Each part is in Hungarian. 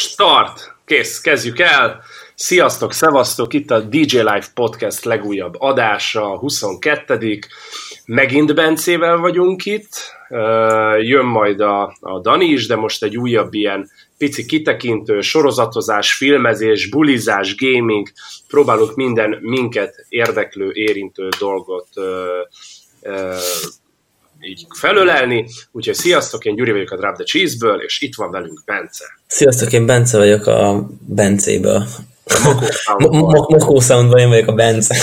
Start! Kész, kezdjük el! Sziasztok, szevasztok! Itt a DJ Live Podcast legújabb adása, a 22. Megint Bencével vagyunk itt. Jön majd a Dani is, de most egy újabb ilyen pici kitekintő, sorozatozás, filmezés, bulizás, gaming. Próbálunk minden minket érdeklő, érintő dolgot így felölelni. Úgyhogy sziasztok, én Gyuri vagyok a Drop the Cheese-ből, és itt van velünk Bence. Sziasztok, én Bence vagyok a Bencéből. Mokó Soundban én vagyok a Bence.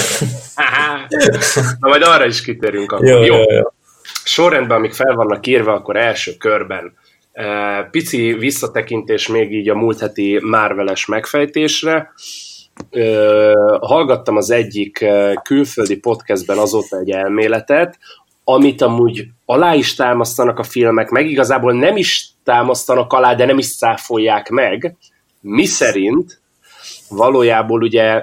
Na majd arra is kitérünk akkor. Jó. Sorrendben, amik fel vannak írva, akkor első körben pici visszatekintés még így a múlt heti Marvel-es megfejtésre. Hallgattam az egyik külföldi podcastben azóta egy elméletet, amit amúgy alá is támasztanak a filmek, meg igazából nem is támasztanak alá, de nem is cáfolják meg, miszerint valójában ugye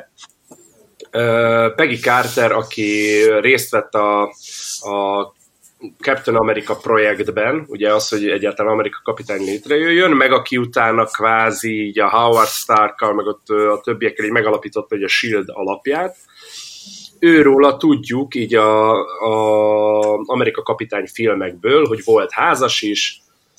Peggy Carter, aki részt vett a Captain America projektben, ugye az, hogy egyáltalán Amerika kapitány létrejöjjön, meg aki utána kvázi így a Howard Starkkal, meg ott a többiekkel így megalapította a S.H.I.E.L.D. alapját. Őróla tudjuk így a Amerika kapitány filmekből, hogy volt házas is,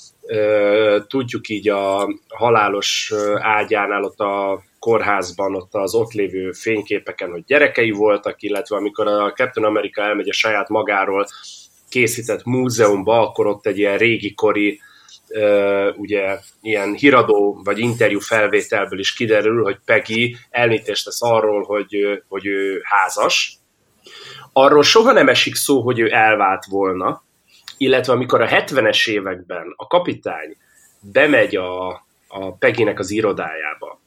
tudjuk így a halálos ágyánál ott a kórházban, ott lévő fényképeken, hogy gyerekei voltak, illetve amikor a Captain America elmegy a saját magáról készített múzeumba, akkor ott egy ilyen régikori ugye ilyen híradó vagy interjú felvételből is kiderül, hogy Peggy elmítést tesz arról, hogy ő házas. Arról soha nem esik szó, hogy ő elvált volna, illetve amikor a 70-es években a kapitány bemegy a Peggynek az irodájába,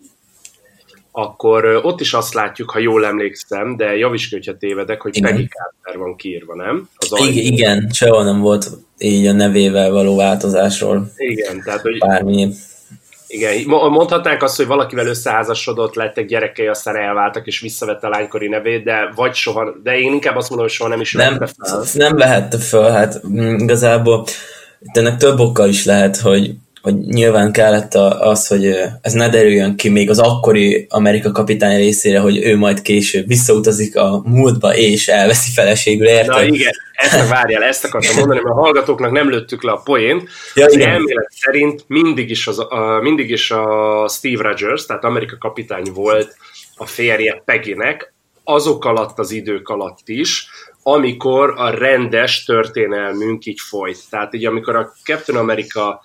akkor ott is azt látjuk, ha jól emlékszem, de javíts ki, hogyha tévedek, hogy igen. Peggy Carter van kiírva, nem? Igen, sehol nem volt így a nevével való változásról. Igen, tehát hogy... Bármi. Igen, mondhatnánk azt, hogy valakivel összeházasodott, lettek gyerekei, aztán elváltak, és visszavette a lánykori nevét, de vagy soha, de én inkább azt mondom, hogy soha nem is vette fel. Nem vehette fel, hát igazából ennek több oka is lehet, hogy nyilván kellett az, hogy ez ne derüljön ki még az akkori Amerika kapitány részére, hogy ő majd később visszautazik a múltba, és elveszi feleségül, érted? Na igen, ezt akartam mondani, mert a hallgatóknak nem lőttük le a poént. Ja, az elmélet szerint mindig is a Steve Rogers, tehát Amerika kapitány volt a férje Peggynek, azok alatt az idők alatt is, amikor a rendes történelmünk így folyt. Tehát így amikor a Captain America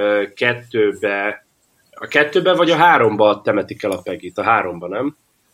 2-be, a 2-be vagy a 3-ba temetik el a Peggyt? A 3-ba, nem?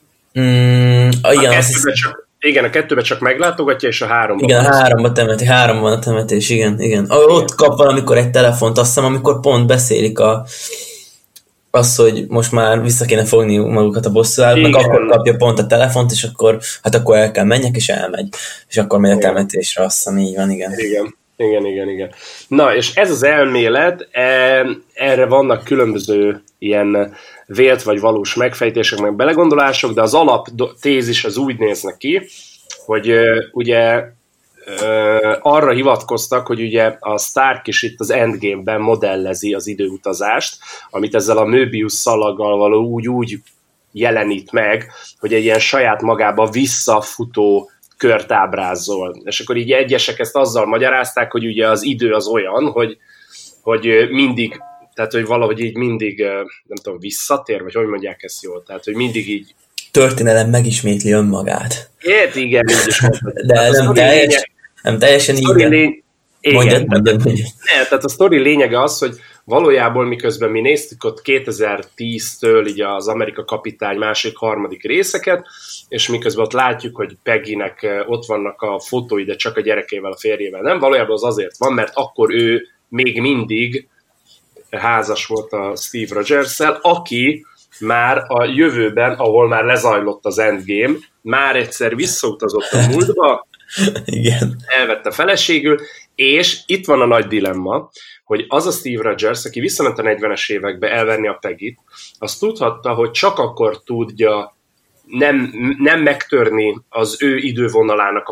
Igen, a 2-be csak meglátogatja, és a 3-ba. Igen, a 3-ba temeti, 3 van a temetés, igen. Ott kap valamikor egy telefont, azt hiszem, amikor pont beszélik az, hogy most már vissza kéne fogni magukat a bosszúállóknak, akkor kapja pont a telefont, és akkor el kell menjek, és elmegy. És akkor megy a temetésre, azt hiszem, így van, igen. Igen. Na, és ez az elmélet, erre vannak különböző ilyen vélt vagy valós megfejtések, meg belegondolások, de az alaptézis az úgy néznek ki, hogy ugye arra hivatkoztak, hogy ugye a Stark is itt az Endgame-ben modellezi az időutazást, amit ezzel a Möbius szalaggal való úgy jelenít meg, hogy egy ilyen saját magába visszafutó kört ábrázol. És akkor így egyesek ezt azzal magyarázták, hogy ugye az idő az olyan, hogy mindig, tehát hogy valahogy így mindig, nem tudom, visszatér, vagy hogy mondják ezt jól, tehát hogy mindig így történelem megismétli önmagát. Igen, így is mondhatjuk. De nem teljesen így. Mondjad. Ne, tehát a sztori lényege az, hogy valójában miközben mi néztük ott 2010-től így az Amerika kapitány második-harmadik részeket, és miközben ott látjuk, hogy Peggynek ott vannak a fotói, de csak a gyerekével, a férjével nem, valójában az azért van, mert akkor ő még mindig házas volt a Steve Rogers-szel, aki már a jövőben, ahol már lezajlott az Endgame, már egyszer visszautazott a múltba, igen. Elvette feleségül, és itt van a nagy dilemma, hogy az a Steve Rogers, aki visszament a 40-es évekbe elvenni a Peggyt, az tudhatta, hogy csak akkor tudja nem megtörni az ő idővonalának a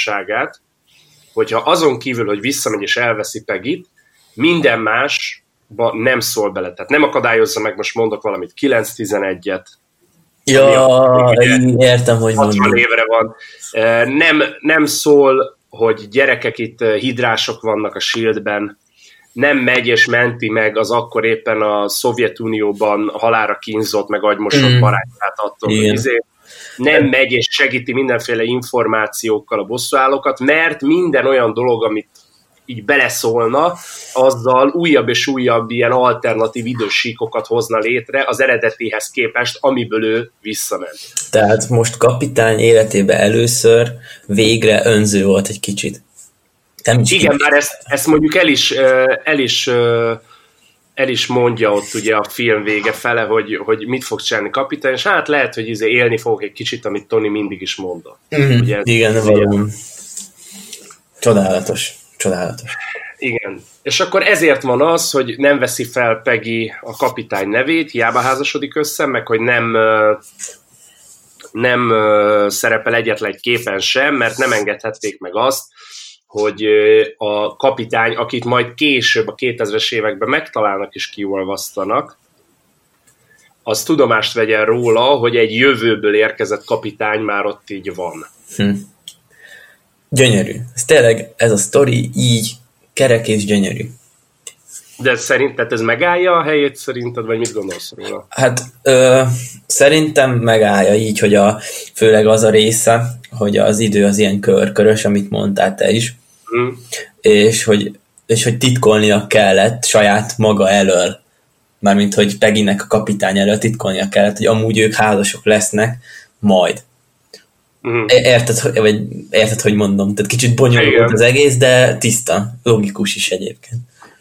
folytonosságát, hogyha azon kívül, hogy visszamegy és elveszi Peggyt, minden más nem szól bele. Tehát nem akadályozza meg, most mondok valamit, 9-11-et. Ja, értem, hogy 60 évre van. Nem szól, hogy gyerekek, itt hidrások vannak a Shieldben, nem megy és menti meg az akkor éppen a Szovjetunióban halálra kínzott, meg agymosott barátját attól, hogy nem megy és segíti mindenféle információkkal a bosszúállókat, mert minden olyan dolog, amit így beleszólna, azzal újabb és újabb ilyen alternatív idősíkokat hozna létre az eredetihez képest, amiből ő visszament. Tehát most kapitány életében először végre önző volt egy kicsit. Igen, bár ezt mondjuk el is mondja ott ugye a film vége fele, hogy mit fog csinálni kapitány, és hát lehet, hogy élni fogok egy kicsit, amit Tony mindig is mondott. Ugye igen, valóban. Csodálatos. Igen. És akkor ezért van az, hogy nem veszi fel Peggy a kapitány nevét, hiába házasodik össze, meg hogy nem szerepel egyetlen egy képen sem, mert nem engedhették meg azt, hogy a kapitány, akit majd később a 2000-es években megtalálnak és kiolvasztanak, az tudomást vegyen róla, hogy egy jövőből érkezett kapitány már ott így van. Gyönyörű. Ez a sztori így kerek és gyönyörű. De szerinted ez megállja a helyét szerinted, vagy mit gondolsz róla? Hát szerintem megállja így, hogy főleg az a része, hogy az idő az ilyen körkörös, amit mondtál te is, és hogy titkolnia kellett saját maga elől. Mármint, hogy Peggynek a kapitány elől titkolnia kellett, hogy amúgy ők házasok lesznek majd. Érted, hogy mondom? Tehát kicsit bonyolult az egész, de tiszta, logikus is egyébként.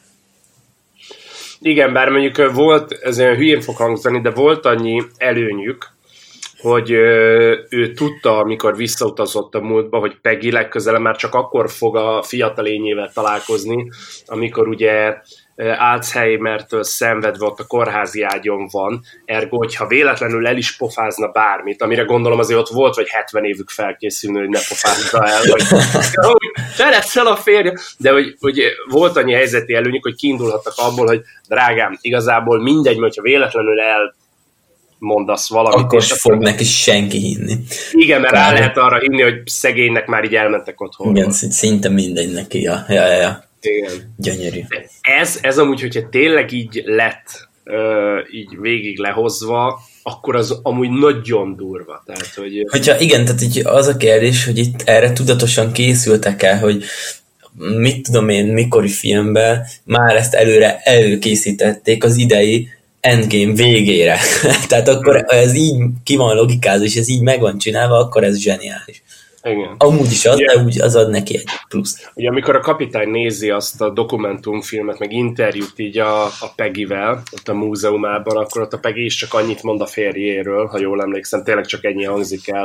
Igen, bár mondjuk volt, ez olyan hülyén fog hangzani, de volt annyi előnyük, hogy ő tudta, amikor visszautazott a múltba, hogy Peggy legközelebb már csak akkor fog a fiatal lényével találkozni, amikor ugye Alzheimertől szenvedve ott a kórházi ágyon van, ergo, hogyha véletlenül el is pofázna bármit, amire gondolom azért ott volt, vagy 70 évük felkészülni, hogy ne pofázza el, hogy fereszel a férje, de hogy volt annyi helyzeti előnyük, hogy kiindulhattak abból, hogy drágám, igazából mindegy, hogyha véletlenül elmondasz valamit. Akkor fog neki senki hinni. Igen, mert rá lehet arra hinni, hogy szegénynek már így elmentek otthon. Igen, szinte mindegy neki. Ja. Igen. Gyönyörű. Ez amúgy, hogyha tényleg így lett így végig lehozva, akkor az amúgy nagyon durva. Tehát, hogyha igen, tehát így az a kérdés, hogy itt erre tudatosan készültek el, hogy mit tudom én, mikori filmben már ezt előkészítették az idei Endgame végére. Tehát akkor ez így ki van logikázva, és ez így meg van csinálva, akkor ez zseniális. Igen. Amúgy is az, de úgy az ad neki egy plusz. Ugye amikor a kapitány nézi azt a dokumentumfilmet, meg interjút így a Peggyvel, ott a múzeumában, akkor ott a Peggy is csak annyit mond a férjéről, ha jól emlékszem, tényleg csak ennyi hangzik el,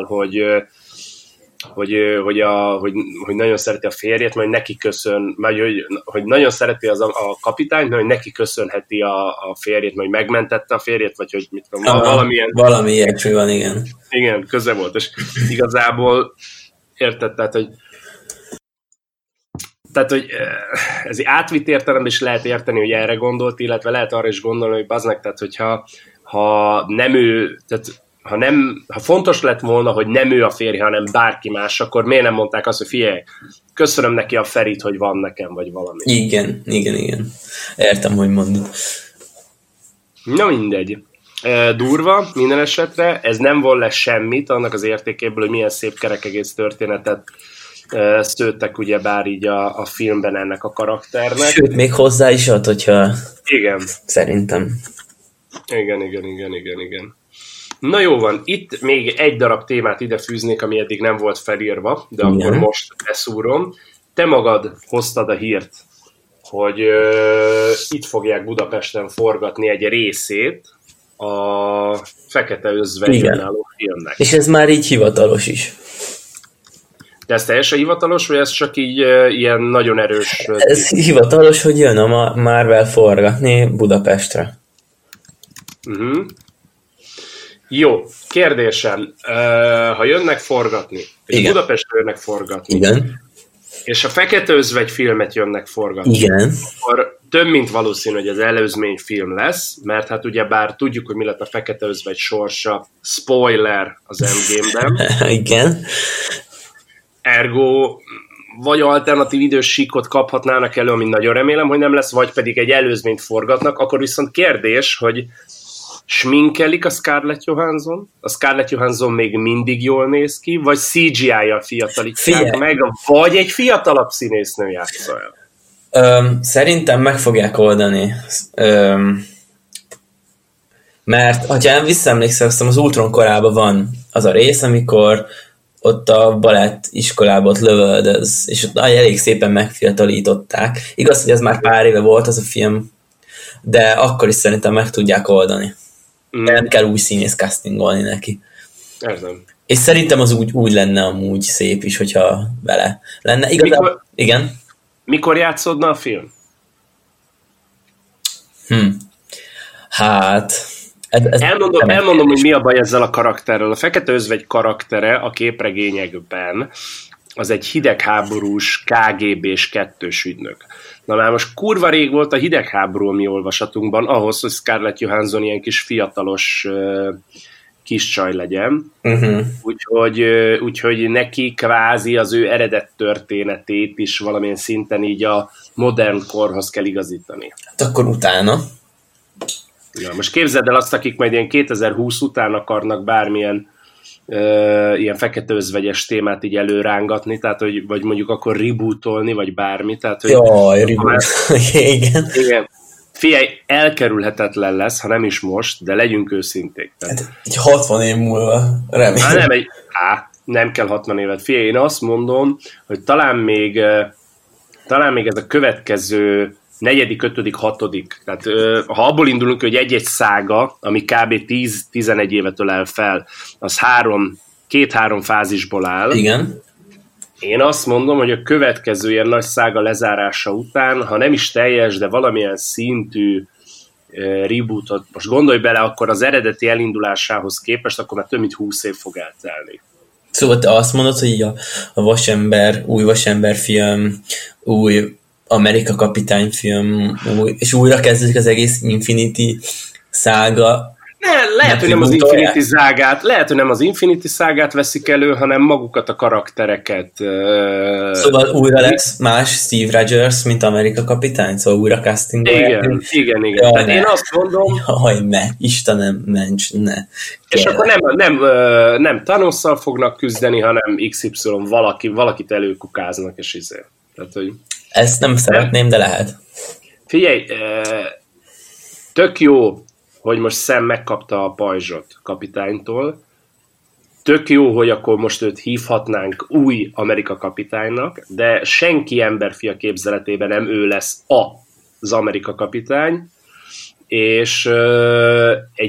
hogy nagyon szereti a férjét, majd neki köszön, majd hogy nagyon szereti a kapitányt, hogy neki köszönheti a férjét, majd megmentette a férjét, vagy hogy mit tudom, valamilyen... Valami ilyesmi van, igen. Igen, köze volt, és igazából érted, tehát, hogy ez átvitt értelemben is lehet érteni, hogy erre gondolt, illetve lehet arra is gondolni, hogy baznak, tehát hogyha nem ő, tehát ha fontos lett volna, hogy nem ő a férje, hanem bárki más, akkor miért nem mondták azt, hogy figyelj, köszönöm neki a Ferit, hogy van nekem, vagy valami. Igen. Értem, hogy mondod. Na mindegy. Durva minden esetre, ez nem von le semmit annak az értékéből, hogy milyen szép kerek egész történetet szőttek ugyebár így a filmben ennek a karakternek. Sőt, még hozzá is ad, hogyha... Igen. Szerintem. Igen. Na jó van, itt még egy darab témát ide fűznék, ami eddig nem volt felírva, de akkor most beszúrom. Te magad hoztad a hírt, hogy itt fogják Budapesten forgatni egy részét a Fekete Özvegyen álló filmnek. És ez már így hivatalos is. De ez teljesen hivatalos, vagy ez csak így ilyen nagyon erős? Ez hivatalos, hogy jön a Marvel forgatni Budapestre. Jó, kérdésem, ha jönnek forgatni, és Budapestre jönnek forgatni, igen, és a Fekete Özvegy filmet jönnek forgatni, igen, akkor több mint valószínű, hogy ez előzményfilm lesz, mert hát ugyebár tudjuk, hogy mi lett a Fekete Özvegy sorsa, spoiler az Endgame-ben. Igen. Ergo vagy alternatív idős síkot kaphatnának elő, ami nagyon remélem, hogy nem lesz, vagy pedig egy előzményt forgatnak, akkor viszont kérdés, hogy sminkelik a Scarlett Johansson? A Scarlett Johansson még mindig jól néz ki, vagy CGI-jal fiatalítják meg, vagy egy fiatalabb színésznő játsza el? Szerintem meg fogják oldani. Mert, ha visszaemlékszel, az Ultron korában van az a rész, amikor ott a balett iskolában ott lövöldöz, és ott elég szépen megfiatalították. Igaz, hogy ez már pár éve volt az a film, de akkor is szerintem meg tudják oldani. Nem kell új színész castingolni neki. Értem. És szerintem az úgy lenne amúgy szép is, hogyha vele lenne. Igazán, igen? Mikor játszódna a film? Hát... Elmondom, hogy mi a baj ezzel a karakterrel. A Fekete Özvegy karaktere a képregényekben az egy hidegháborús KGB-s kettős ügynök. Na már most kurva rég volt a hidegháború a mi olvasatunkban ahhoz, hogy Scarlett Johansson ilyen kis fiatalos kis csaj legyen. Úgyhogy neki kvázi az ő eredet történetét is valamilyen szinten így a modern korhoz kell igazítani. Hát akkor utána. Ja, most képzeld el azt, akik majd ilyen 2020 után akarnak bármilyen ilyen Fekete Özvegyes témát így előrángatni, tehát, hogy, vagy mondjuk akkor rebootolni, vagy bármi. Tehát, hogy jaj, reboot. Igen. Igen. Figyelj, elkerülhetetlen lesz, ha nem is most, de legyünk őszinték. Hát, egy 60 év múlva, remélem. Nem kell 60 évet. Figyelj, én azt mondom, hogy talán még ez a következő 4., 5., 6. Tehát ha abból indulunk, hogy egy-egy szága, ami kb. 10-11 évet ölel fel, az 2-3 fázisból áll. Igen. Én azt mondom, hogy a következő ilyen nagy szága lezárása után, ha nem is teljes, de valamilyen szintű rebootot, most gondolj bele, akkor az eredeti elindulásához képest, akkor már több mint 20 év fog eltelni. Szóval te azt mondod, hogy új Vasember film, új Amerika Kapitány film, és újra kezdődik az egész Infinity szága. Lehet, hogy nem az Infinity szágát veszik elő, hanem magukat a karaktereket. Szóval újra lesz más Steve Rogers, mint Amerika Kapitány, szóval újra castingolják. Igen. Tehát én azt mondom... Jaj, ne, Istenem, mencs, ne. És akkor nem Thanosszal fognak küzdeni, hanem XY valakit előkukáznak, és izé. Tehát, hogy... Ezt nem szeretném, de lehet. Figyelj, tök jó, hogy most Sam megkapta a pajzsot kapitánytól. Tök jó, hogy akkor most őt hívhatnánk új Amerika kapitánynak, de senki emberfia képzeletében nem ő lesz az Amerika kapitány, és egy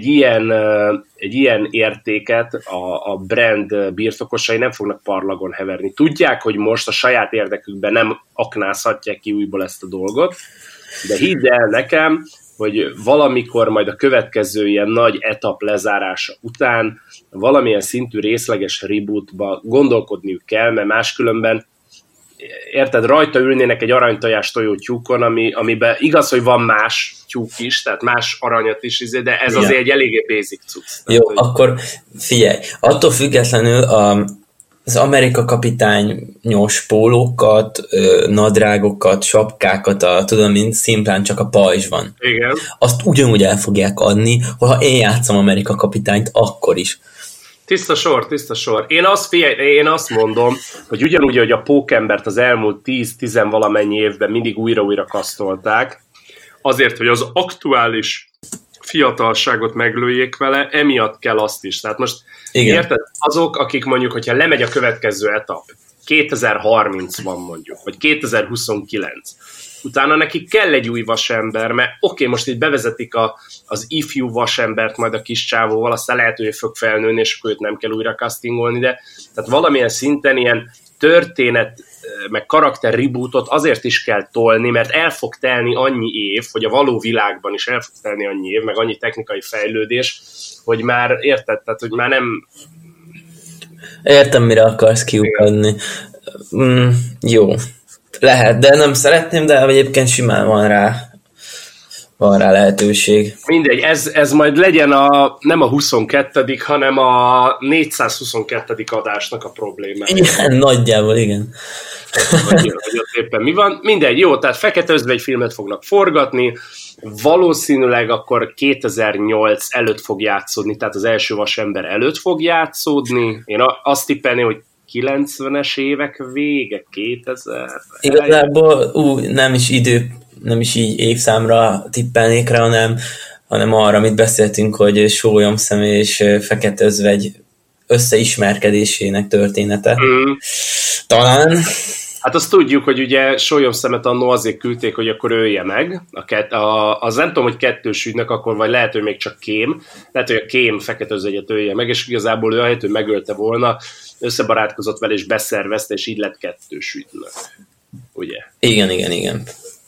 ilyen értéket a brand birtokosai nem fognak parlagon heverni. Tudják, hogy most a saját érdekükben nem aknázhatják ki újból ezt a dolgot, de hidd el nekem, hogy valamikor majd a következő ilyen nagy etap lezárása után valamilyen szintű részleges rebootba gondolkodniuk kell, mert máskülönben érted, rajta ülnének egy aranytojás tojótyúkon, amiben igaz, hogy van más tyúk is, tehát más aranyat is, de ez azért egy eléggé basic cucc. Jó, akkor figyelj, attól függetlenül az Amerika kapitányos pólókat, nadrágokat, sapkákat, tudom mint szimplán csak a pajzs van. Igen. Azt ugyanúgy el fogják adni, ha én játszom Amerika kapitányt, akkor is. Tiszta sor. Én azt mondom, hogy ugyanúgy, hogy a Pókembert az elmúlt 10 valamennyi évben mindig újra kasztolták, azért, hogy az aktuális fiatalságot meglőjék vele, emiatt kell azt is. Tehát most érted, azok, akik mondjuk, hogyha lemegy a következő etap, 2030 van mondjuk, vagy 2029, utána nekik kell egy új vasember, mert most itt bevezetik az ifjú vasembert majd a kis csávóval, aztán lehet, hogy ő fog felnőni, és akkor őt nem kell újra castingolni, de tehát valamilyen szinten ilyen történet, meg karakter rebootot azért is kell tolni, mert el fog telni annyi év, hogy a való világban is el fog telni annyi év, meg annyi technikai fejlődés, hogy már érted, tehát hogy már nem... Értem, mire akarsz kiukadni. Jó. Lehet, de nem szeretném, de egyébként simán van rá van rá lehetőség. Mindegy, ez majd legyen nem a 22., hanem a 422. adásnak a problémája. Igen, nagyjából, igen. Hogy ott éppen mi van. Mindegy, jó, tehát Fekete Özvegy filmet fognak forgatni, valószínűleg akkor 2008 előtt fog játszódni, tehát az első vasember előtt fog játszódni. Én azt tippelném, hogy 90-es évek vége, 2000. Igazából nem is így évszámra tippelnék rá, hanem arra, amit beszéltünk, hogy Sólyomszem és Fekete Özvegy összeismerkedésének története. Talán. Hát azt tudjuk, hogy ugye Sólyomszemet annó azért küldték, hogy akkor ölje meg. Az nem tudom, hogy kettős ügynök, akkor vagy lehet, hogy még csak Kém. Lehet, hogy a Kém Fekete Özvegyet ölje meg, és igazából ő ahelyett, hogy megölte volna, összebarátkozott vele, és beszervezte, és így lett kettős ügynök. Ugye? Igen.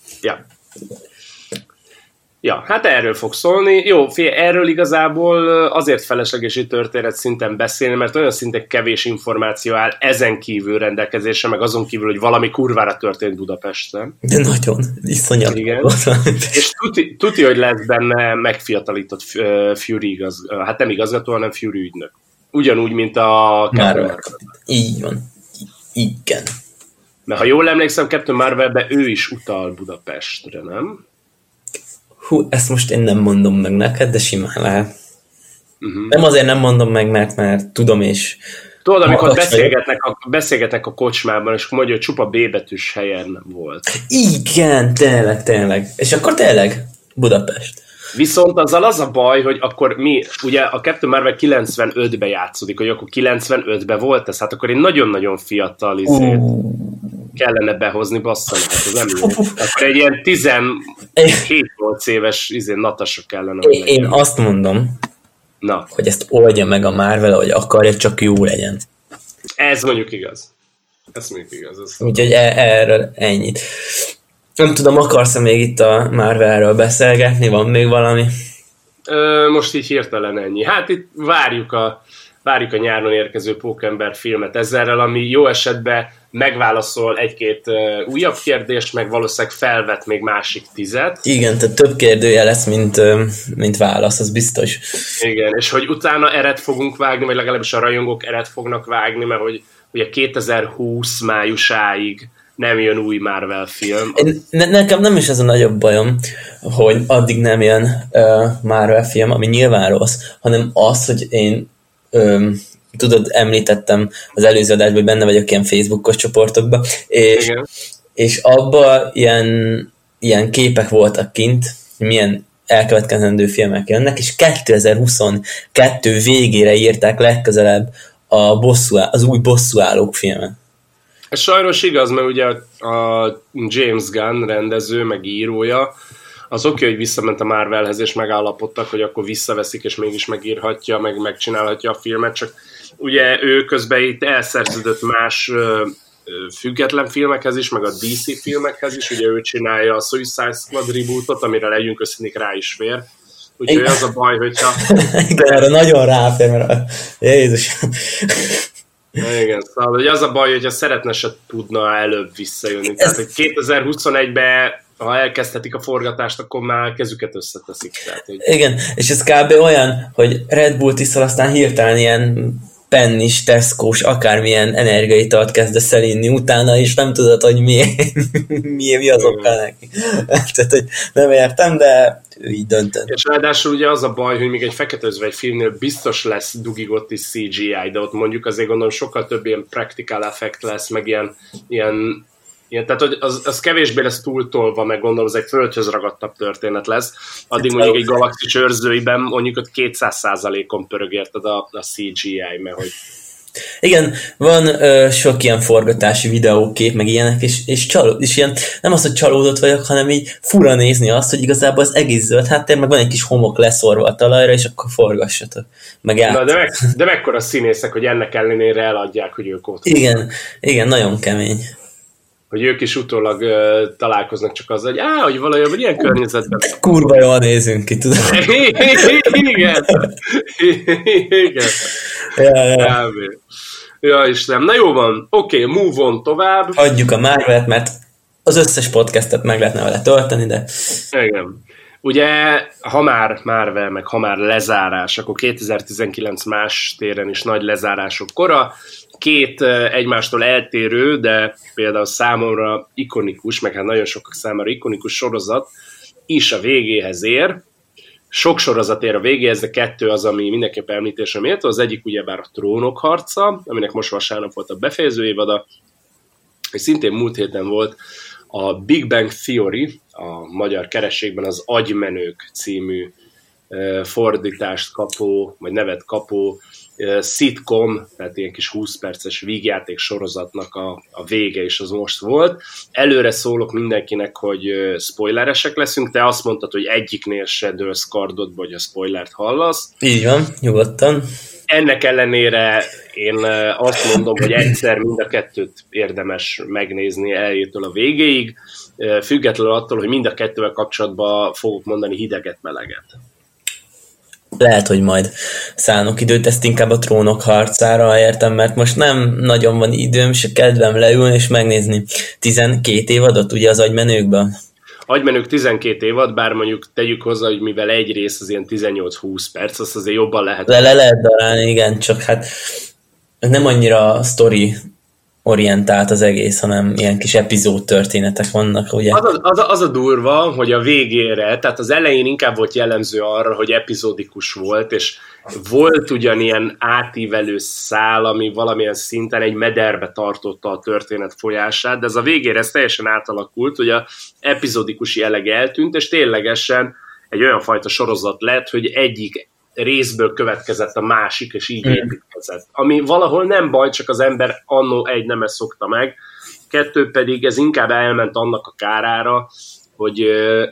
Ja, hát erről fog szólni. Jó, erről igazából azért felesleges történet szinten beszélni, mert olyan szinte kevés információ áll ezen kívül rendelkezésre, meg azon kívül, hogy valami kurvára történt Budapesten. De nagyon, iszonyat. Igen. És tuti, hogy lesz benne megfiatalított Fury hát nem igazgató, hanem Fury ügynök. Ugyanúgy, mint a Marvel. Így van. Igen. Mert ha jól emlékszem, Captain Marvelben ő is utal Budapestre, nem? Hú, ezt most én nem mondom meg neked, de simán lehet. Nem azért nem mondom meg, mert tudom, és... Tudod, amikor beszélgetnek a kocsmában, és mondja, hogy csupa B betűs helyen volt. Igen, tényleg. És akkor tényleg Budapest. Viszont azzal az a baj, hogy akkor mi, ugye a Captain Marvel 95-ben játszódik, hogy akkor 95-ben volt ez, hát akkor egy nagyon-nagyon fiatal kellene behozni, bassza meg, hát az nem jó. Akkor egy ilyen 17-8 éves Natasha kellene. Én azt mondom, hogy ezt oldja meg a Marvel, hogy akarja, csak jó legyen. Ez mondjuk igaz. Úgyhogy erről ennyit. Nem tudom, akarsz-e még itt a Marvelről beszélgetni? Van még valami? Most így hirtelen ennyi. Hát itt várjuk a nyáron érkező Pókember filmet ezerrel, ami jó esetben megválaszol egy-két újabb kérdést, meg valószínűleg felvet még másik 10. Igen, tehát több kérdője lesz, mint válasz, az biztos. Igen, és hogy utána eret fogunk vágni, vagy legalábbis a rajongók eret fognak vágni, mert hogy ugye 2020 májusáig nem jön új Marvel film. Nekem nem is ez a nagyobb bajom, hogy addig nem jön Marvel film, ami nyilván rossz, hanem az, hogy én tudod, említettem az előző adásban, hogy benne vagyok ilyen Facebookos csoportokban, és abban ilyen képek voltak kint, milyen elkövetkezendő filmek jönnek, és 2022 végére írták legközelebb az új Bosszúállók filmet. Ez sajnos igaz, mert ugye a James Gunn rendező, meg írója, az oké, hogy visszament a Marvelhez, és megállapodtak, hogy akkor visszaveszik, és mégis megírhatja, meg megcsinálhatja a filmet, csak ugye ő közben itt elszerződött más független filmekhez is, meg a DC filmekhez is, ugye ő csinálja a Suicide Squad rebootot, amire legyünk összenik rá is fér. Úgyhogy az a baj, hogyha... Igen, arra nagyon ráfér, mert Jézus... Igen, szóval hogy az a baj, hogyha szeretne se tudna előbb visszajönni. Tehát, hogy 2021-ben, ha elkezdhetik a forgatást, akkor már kezüket összeteszik. Tehát, hogy... Igen, és ez kb. Olyan, hogy Red Bull iszol, aztán hirtelen ilyen Pennis, Tesco-s, akármilyen energiaitalt kezdesz elinni utána, és nem tudod, hogy mi az oka neki. Tehát, hogy nem értem, de ő így döntött. És ráadásul ugye az a baj, hogy még egy Fekete Özvegy filmnél biztos lesz dugigott is CGI, de ott mondjuk azért gondolom sokkal több ilyen practical effect lesz, meg ilyen tehát az kevésbé lesz túltolva, meg gondolom, az egy földhöz ragadtabb történet lesz. Addig mondjuk egy Galaxis őrzőiben mondjuk ott 200%-on pörög érted a CGI, mert hogy... Igen, van sok ilyen forgatási videókép, meg ilyenek, és ilyen, nem az, hogy csalódott vagyok, hanem így fura nézni azt, hogy igazából az egész zöld háttér, meg van egy kis homok leszorva a talajra, és akkor forgassatok. Na, de mekkora színészek, hogy ennek ellenére eladják, hogy ők ott. Igen, nagyon kemény. Hogy ők is utólag találkoznak csak azzal, hogy hogy valójában ilyen környezetben... Kurva jól nézünk ki, tudom. Igen. Ja, Istenem. Na jó van. Oké, move on tovább. Hagyjuk a Marvelt, mert az összes podcastet meg lehetne vele tölteni, de... Igen. Ugye, ha már Marvel, meg ha már lezárás, akkor 2019 más téren is nagy lezárások kora. Két egymástól eltérő, de például számomra ikonikus, meg hát nagyon sokak számára ikonikus sorozat is a végéhez ér. Sok sorozat ér a végéhez, de kettő az, ami mindenképp említésre méltó. Az egyik ugyebár a Trónok harca, aminek most vasárnap volt a befejező évada, és szintén múlt héten volt a Big Bang Theory, a magyar kerességben az Agymenők című fordítást kapó, vagy nevet kapó sitcom, tehát ilyen kis 20 perces vígjáték sorozatnak a vége is az most volt. Előre szólok mindenkinek, hogy spoileresek leszünk, te azt mondtad, hogy egyiknél se dőlsz kardodba, hogy a spoilert hallasz. Így van, nyugodtan. Ennek ellenére én azt mondom, hogy egyszer mind a kettőt érdemes megnézni elejétől a végéig, függetlenül attól, hogy mind a kettővel kapcsolatban fogok mondani hideget-meleget. Lehet, hogy majd szánok időt, ezt inkább a Trónok harcára értem, mert most nem nagyon van időm, se kedvem leülni és megnézni 12 évadot, ugye az Agymenőkben. Agymenők 12 évad, bár mondjuk tegyük hozzá, hogy mivel egy rész az ilyen 18-20 perc, azt azért jobban lehet. Le lehet darálni, igen, csak hát nem annyira sztori orientált az egész, hanem ilyen kis epizód történetek vannak, ugye? Az a durva, hogy a végére, tehát az elején inkább volt jellemző arra, hogy epizódikus volt, és volt ugyanilyen átívelő szál, ami valamilyen szinten egy mederbe tartotta a történet folyását, de ez a végére ez teljesen átalakult, hogy a epizódikus jelleg eltűnt, és ténylegesen egy olyan fajta sorozat lett, hogy egyik részből következett a másik, és így építkezett. Ami valahol nem baj, csak az ember annó egy nem ezt szokta meg, kettő pedig ez inkább elment annak a kárára, hogy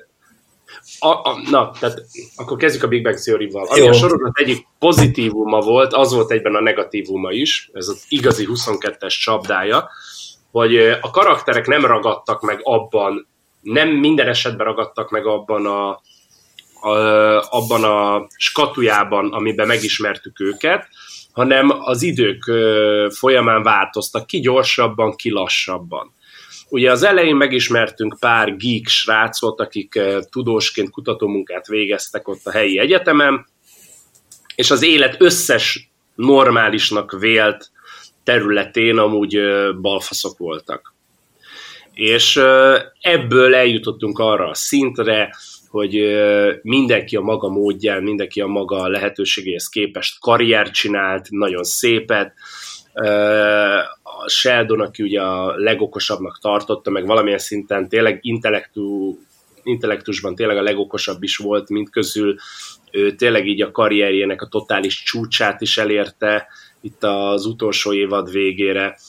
tehát akkor kezdjük a Big Bang Theory-val. Ami a sorozat egyik pozitívuma volt, az volt egyben a negatívuma is, ez az igazi 22-es csapdája, hogy a karakterek nem ragadtak meg abban, nem minden esetben ragadtak meg abban a skatujában, amiben megismertük őket, hanem az idők folyamán változtak, ki gyorsabban, ki lassabban. Ugye az elején megismertünk pár geek srácot, akik tudósként kutatómunkát végeztek ott a helyi egyetemen, és az élet összes normálisnak vélt területén amúgy balfaszok voltak. És ebből eljutottunk arra a szintre, hogy mindenki a maga módján, mindenki a maga lehetőségéhez képest karriert csinált, nagyon szépet. A Sheldon, aki ugye a legokosabbnak tartotta, meg valamilyen szinten tényleg intellektusban tényleg a legokosabb is volt, mint közül ő tényleg így a karrierjének a totális csúcsát is elérte itt az utolsó évad végére.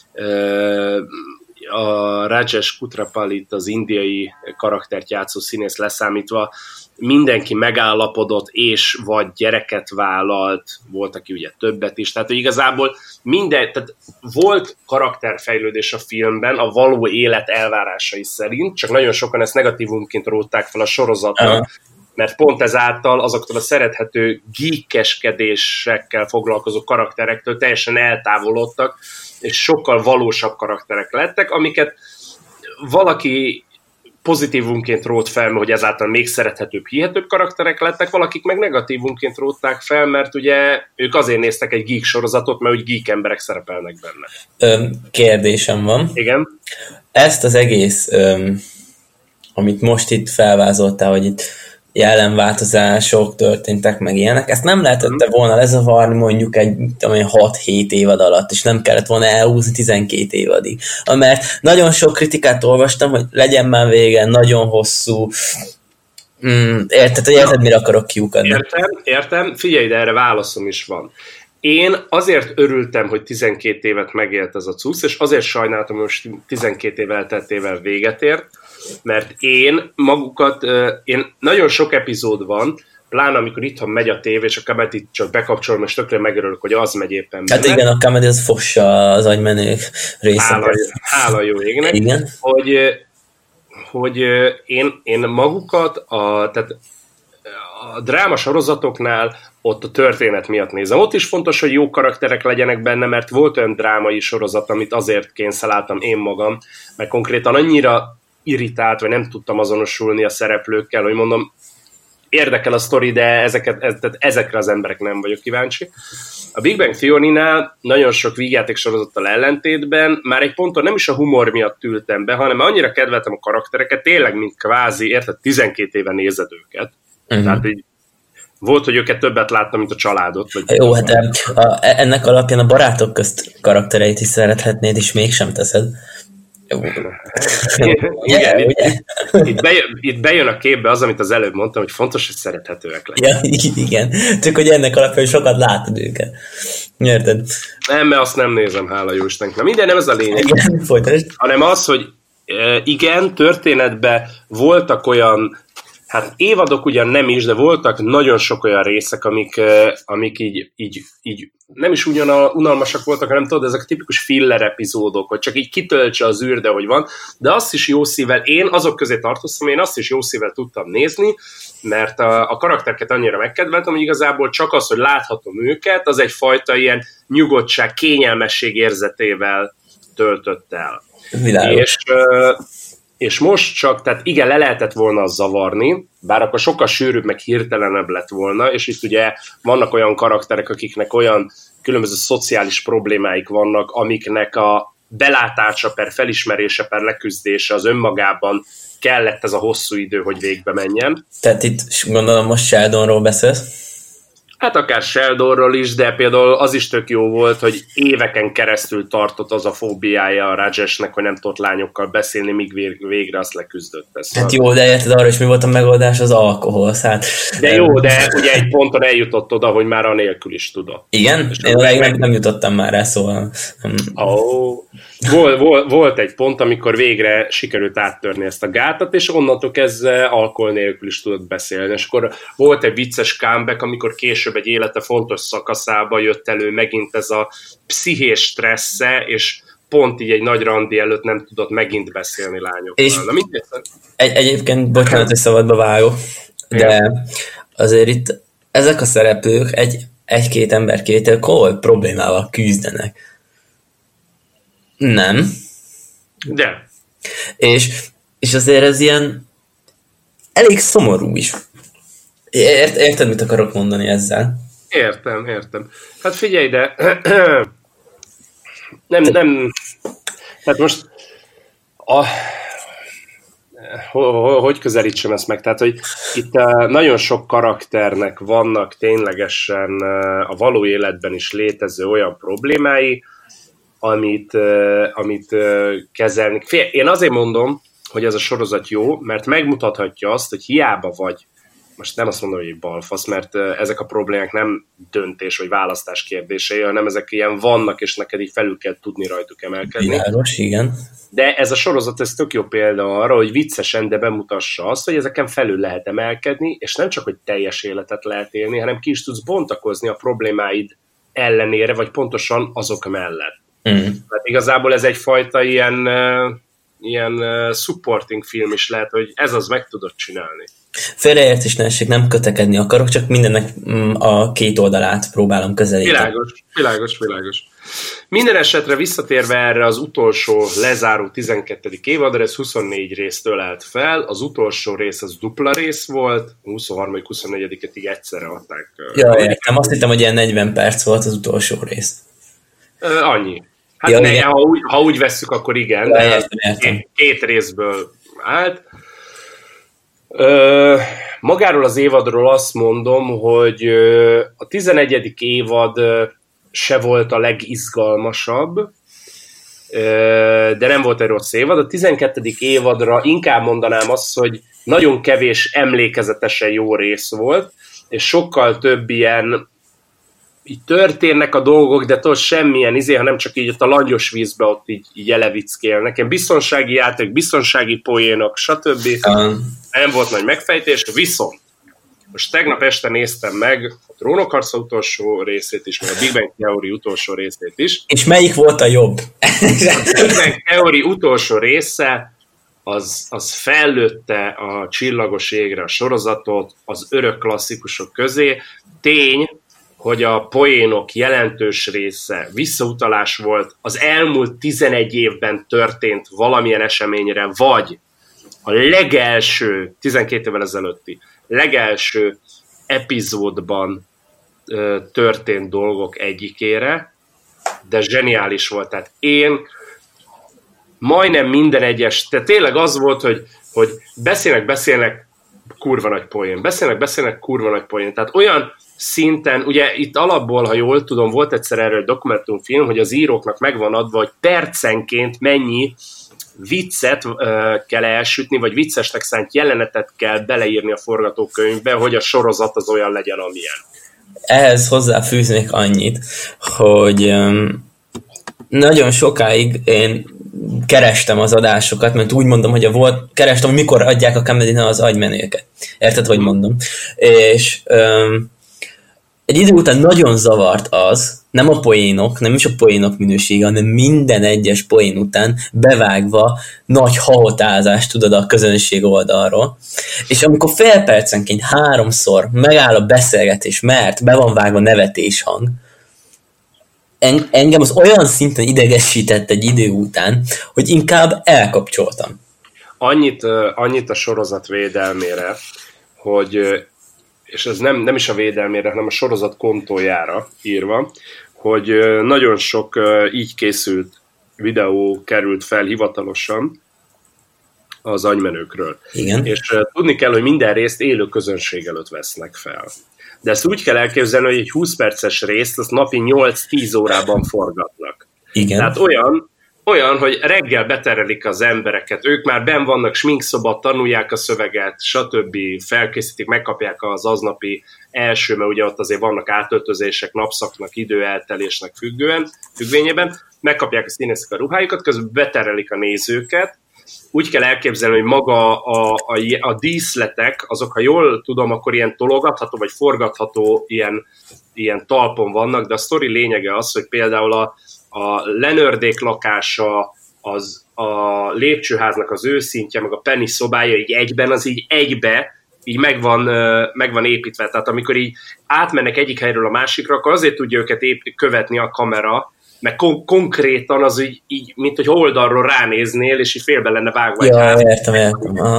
A Rajesh Kutrapalit, az indiai karaktert játszó színész leszámítva, mindenki megállapodott, és vagy gyereket vállalt, volt, aki ugye többet is, tehát hogy igazából tehát volt karakterfejlődés a filmben a való élet elvárásai szerint, csak nagyon sokan ezt negatívumként rótták fel a sorozatnak, mert pont ezáltal azoktól a szerethető geekeskedésekkel foglalkozó karakterektől teljesen eltávolodtak, és sokkal valósabb karakterek lettek, amiket valaki pozitívunként rót fel, hogy ezáltal még szerethetőbb, hihetőbb karakterek lettek, valakik meg negatívunként rótták fel, mert ugye ők azért néztek egy geek sorozatot, mert úgy geek emberek szerepelnek benne. Kérdésem van. Igen. Ezt az egész, amit most itt felvázoltál, hogy itt jellemváltozások történtek, meg ilyenek, ezt nem lehetett volna lezavarni mondjuk egy 6-7 évad alatt, és nem kellett volna elhúzni 12 évadig. Mert nagyon sok kritikát olvastam, hogy legyen már vége, nagyon hosszú. Érted, mire akarok kiukadni? Értem. Figyelj, de erre válaszom is van. Én azért örültem, hogy 12 évet megélt ez a cucc, és azért sajnáltam, hogy most 12 év elteltével véget ért, mert én nagyon sok epizód van, pláne amikor itthon megy a tévé, és a Comedy csak bekapcsolom, és tökre megörülök, hogy az megy éppen benne. Hát igen, a Comedy az fossa az Agymenők részét. Hála jó égnek, igen. hogy én magukat, tehát a dráma sorozatoknál ott a történet miatt nézem. Ott is fontos, hogy jó karakterek legyenek benne, mert volt olyan drámai sorozat, amit azért kényszeráltam én magam, mert konkrétan annyira irritált, vagy nem tudtam azonosulni a szereplőkkel, hogy mondom, érdekel a sztori, de ezekre az emberek nem vagyok kíváncsi. A Big Bang Theory-nál nagyon sok vígjáték sorozattal ellentétben már egy ponton nem is a humor miatt ültem be, hanem annyira kedveltem a karaktereket, tényleg, mint kvázi, érted, 12 éve nézed őket. Tehát így volt, hogy őket többet láttam, mint a családot. Vagy jó, hát ennek alapján a barátok közt karaktereit is szerethetnéd, és mégsem teszed. Igen, itt bejön a képbe az, amit az előbb mondtam, hogy fontos, hogy szerethetőek legyenek. Ja, igen, csak hogy ennek alapján sokat látod őket. Érted? Nem, mert azt nem nézem, hála jó Istennek. Na minden, nem ez a lényeg. Igen, folytasd. Hanem az, hogy igen, történetben voltak olyan, hát évadok ugyan nem is, de voltak nagyon sok olyan részek, amik így nem is unalmasak voltak, hanem tudod, ezek a tipikus filler epizódok, hogy csak így kitöltse az űr, de hogy van, de azt is jó szívvel, én azok közé tartoztam, én azt is jó szívvel tudtam nézni, mert a karaktereket annyira megkedveltem, hogy igazából csak az, hogy láthatom őket, az egyfajta ilyen nyugodtság, kényelmesség érzetével töltött el. És most csak, tehát igen, le lehetett volna zavarni, bár akkor sokkal sűrűbb, meg hirtelenebb lett volna, és itt ugye vannak olyan karakterek, akiknek olyan különböző szociális problémáik vannak, amiknek a belátása per felismerése per leküzdése az önmagában kellett ez a hosszú idő, hogy végbe menjen. Tehát itt gondolom most Sheldonról beszélsz? Hát akár Sheldonról is, de például az is tök jó volt, hogy éveken keresztül tartott az a fóbiája a Rajesnek, hogy nem tudott lányokkal beszélni, míg végre azt leküzdött. Hát jó, de érted arra is mi volt a megoldás, az alkohol. Hát, de jó, de ugye egy ponton eljutott oda, hogy már anélkül is tudott. Igen? Én nem jutottam már rá, szóval... Volt egy pont, amikor végre sikerült áttörni ezt a gátat, és onnantól kezdve alkohol nélkül is tudott beszélni. És akkor volt egy vicces comeback, amikor később egy élete fontos szakaszába jött elő megint ez a pszichés stressze, és pont így egy nagy randi előtt nem tudott megint beszélni lányokkal. És egyébként, bocsánat, hogy szabadba vágok, de azért itt ezek a szereplők egy-két emberkétel komoly problémával küzdenek. Nem. De. És azért ez ilyen elég szomorú is. Érted, mit akarok mondani ezzel? Értem. Hát figyelj, de nem, tehát most hogy közelítsem ezt meg? Tehát, hogy itt nagyon sok karakternek vannak ténylegesen a való életben is létező olyan problémái, amit kezelni. Én azért mondom, hogy ez a sorozat jó, mert megmutathatja azt, hogy hiába vagy, most nem azt mondom, hogy egy balfasz, mert ezek a problémák nem döntés vagy választás kérdései, hanem ezek ilyen vannak, és neked így felül kell tudni rajtuk emelkedni. Világos, igen. De ez a sorozat, ez tök jó példa arra, hogy viccesen, de bemutassa azt, hogy ezeken felül lehet emelkedni, és nem csak, hogy teljes életet lehet élni, hanem ki is tudsz bontakozni a problémáid ellenére, vagy pontosan azok mellett. Tehát igazából ez egyfajta ilyen supporting film is lehet, hogy ez az meg tudod csinálni. Félreértés ne essék, nem kötekedni akarok, csak mindennek a két oldalát próbálom közelíteni. Világos. Minden esetre visszatérve erre az utolsó lezáró 12. évadra, ez 24 résztől állt fel, az utolsó rész az dupla rész volt, 23.-24-et így egyszerre adták. Ja, értem, azt hittem, hogy ilyen 40 perc volt az utolsó rész. Annyi. Hát ja, ha úgy vesszük, akkor igen, de értem. Két részből állt. Magáról az évadról azt mondom, hogy a 11. évad se volt a legizgalmasabb, de nem volt egy rossz évad. A 12. évadra inkább mondanám azt, hogy nagyon kevés emlékezetesen jó rész volt, és sokkal több ilyen így történnek a dolgok, de tudod semmilyen hanem csak így ott a langyos vízbe ott így elevickélnek. Ilyen biztonsági játék, biztonsági poénok, stb. Nem volt nagy megfejtés, viszont most tegnap este néztem meg a Trónokharca utolsó részét is, meg a Big Bang Theory utolsó részét is. És melyik volt a jobb? A Big Bang Theory utolsó része az fellőtte a csillagos égre a sorozatot az örök klasszikusok közé. Tény, hogy a poénok jelentős része visszautalás volt, az elmúlt 11 évben történt valamilyen eseményre, vagy a legelső, 12 évvel ezelőtti, legelső epizódban történt dolgok egyikére, de zseniális volt. Tehát én majdnem minden egyes, tehát tényleg az volt, hogy beszélnek, kurva nagy poén. Beszélnek, kurva nagy poén. Tehát olyan szinten, ugye itt alapból, ha jól tudom, volt egyszer erről dokumentumfilm, hogy az íróknak megvan adva, hogy percenként mennyi viccet kell elsütni, vagy viccesnek szánt jelenetet kell beleírni a forgatókönyvbe, hogy a sorozat az olyan legyen, amilyen. Ehhez hozzáfűznék annyit, hogy nagyon sokáig én kerestem az adásokat, mert úgy mondom, hogy kerestem, hogy mikor adják a Comedy-nál az agymenőket. Érted, hogy mondom? És egy idő után nagyon zavart az, nem a poénok, nem is a poénok minősége, hanem minden egyes poén után bevágva nagy hahotázást, tudod, a közönség oldalról. És amikor fél percenként 3-szor megáll a beszélgetés, mert be van vágva nevetéshang, engem az olyan szinten idegesített egy idő után, hogy inkább elkapcsoltam. Annyit a sorozat védelmére, hogy és ez nem is a védelmére, hanem a sorozat kontójára írva, hogy nagyon sok így készült videó került fel hivatalosan az agymenőkről. Igen. És tudni kell, hogy minden részt élő közönség előtt vesznek fel. De ezt úgy kell elképzelni, hogy egy 20 perces részt azt napi 8-10 órában forgatnak. Igen. Tehát olyan, hogy reggel beterelik az embereket, ők már benn vannak sminkszoba, tanulják a szöveget, stb. Felkészítik, megkapják az aznapi első, mert ugye ott azért vannak átöltözések, napszaknak, időeltelésnek függvényében, megkapják a színészek a ruhájukat, közben beterelik a nézőket, úgy kell elképzelni, hogy maga a díszletek, azok, ha jól tudom, akkor ilyen tologatható, vagy forgatható ilyen talpon vannak, de a sztori lényege az, hogy például a Leonardék lakása, a lépcsőháznak az őszintje, meg a Penny szobája így egyben, az így egybe, így meg van építve. Tehát amikor így átmennek egyik helyről a másikra, akkor azért tudja őket követni a kamera, meg konkrétan az így, mint hogy oldalról ránéznél, és így félbe lenne vágva egy ház. Értem.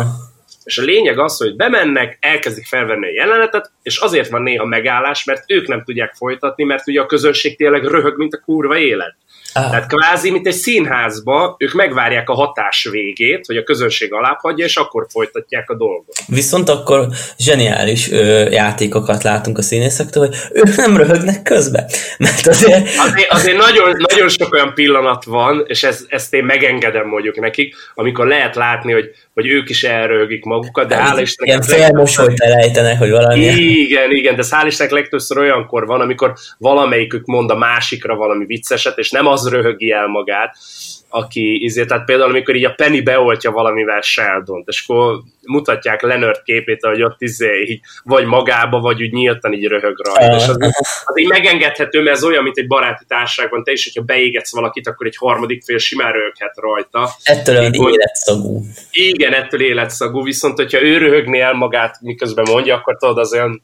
És a lényeg az, hogy bemennek, elkezdik felvenni a jelenetet, és azért van néha megállás, mert ők nem tudják folytatni, mert ugye a közönség tényleg röhög, mint a kurva élet. Tehát kvázi, mint egy színházba, ők megvárják a hatás végét, hogy a közönség alábbhagyja, és akkor folytatják a dolgot. Viszont akkor zseniális játékokat látunk a színészektől, hogy ők nem röhögnek közben. Mert azért nagyon, nagyon sok olyan pillanat van, és ezt én megengedem mondjuk nekik, amikor lehet látni, hogy ők is elröhögik magukat, de hála Istennek... Ilyen félmosolyt elejtenek, hogy valami... Igen, de hála Istennek legtöbbször olyankor van, amikor valamelyikük mond a másikra valami vicceset, és nem az röhögi el magát, aki tehát például amikor így a Penny beoltja valamivel Sheldont, és akkor mutatják Leonard képét, hogy ott így vagy magába, vagy úgy nyíltan így röhög rajta. És az így megengedhető, mert ez olyan, mint egy baráti társaságban, te is, hogyha beégetsz valakit, akkor egy harmadik fél simán röhöghet rajta. Ettől életszagú. Igen, ettől életszagú, viszont hogyha ő röhögné el magát, miközben mondja, akkor tudod,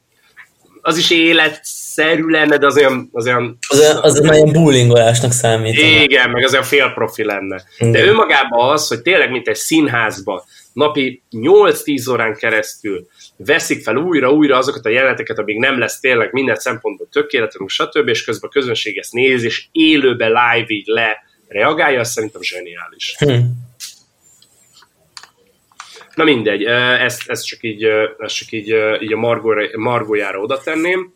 az is életszerű lenne, de az olyan nagyon bullingolásnak számít. Igen, meg az olyan félprofi lenne. De önmagában az, hogy tényleg mint egy színházba napi 8-10 órán keresztül veszik fel újra azokat a jeleneteket, amíg nem lesz tényleg minden szempontból tökéletlenül, stb. És közben a közönség ezt néz, és élőbe live így reagálja, az szerintem zseniális. Na mindegy, ezt csak így a Margójára oda tenném.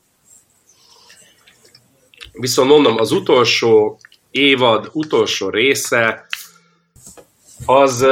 Viszont mondom, az utolsó évad, utolsó része, az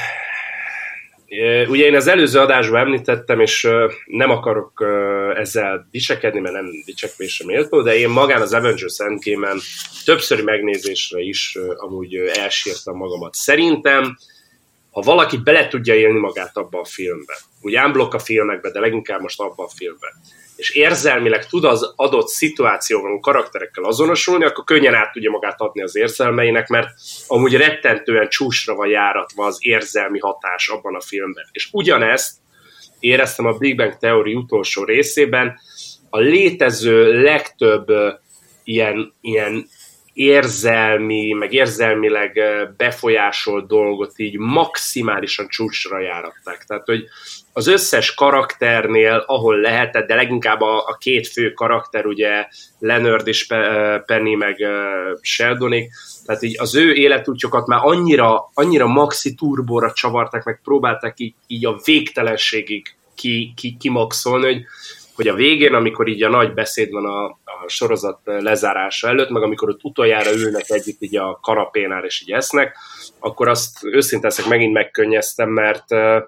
ugye én az előző adásban említettem, és nem akarok ezzel dicsekedni, mert nem dicsekvésre méltó, de én magán az Avengers Endgame-en többszöri megnézésre is amúgy elsírtam magamat. Szerintem ha valaki bele tudja élni magát abba a filmbe, úgy unblock a filmekbe, de leginkább most abba a filmbe, és érzelmileg tud az adott szituációban karakterekkel azonosulni, akkor könnyen át tudja magát adni az érzelmeinek, mert amúgy rettentően csúcsra van járatva az érzelmi hatás abban a filmben. És ugyanezt éreztem a Big Bang Theory utolsó részében, a létező legtöbb ilyen érzelmi, meg érzelmileg befolyásolt dolgot így maximálisan csúcsra járatták. Tehát, hogy az összes karakternél, ahol lehetett, de leginkább a két fő karakter, ugye Leonard és Penny, meg Sheldonék, tehát így az ő életútjukat már annyira maxi turbóra csavarták, meg próbálták így a végtelenségig kimaxolni, hogy a végén, amikor így a nagy beszéd van a sorozat lezárása előtt, meg amikor ott utoljára ülnek együtt így a kanapénál és így esznek, akkor azt őszintén megint megkönnyeztem, mert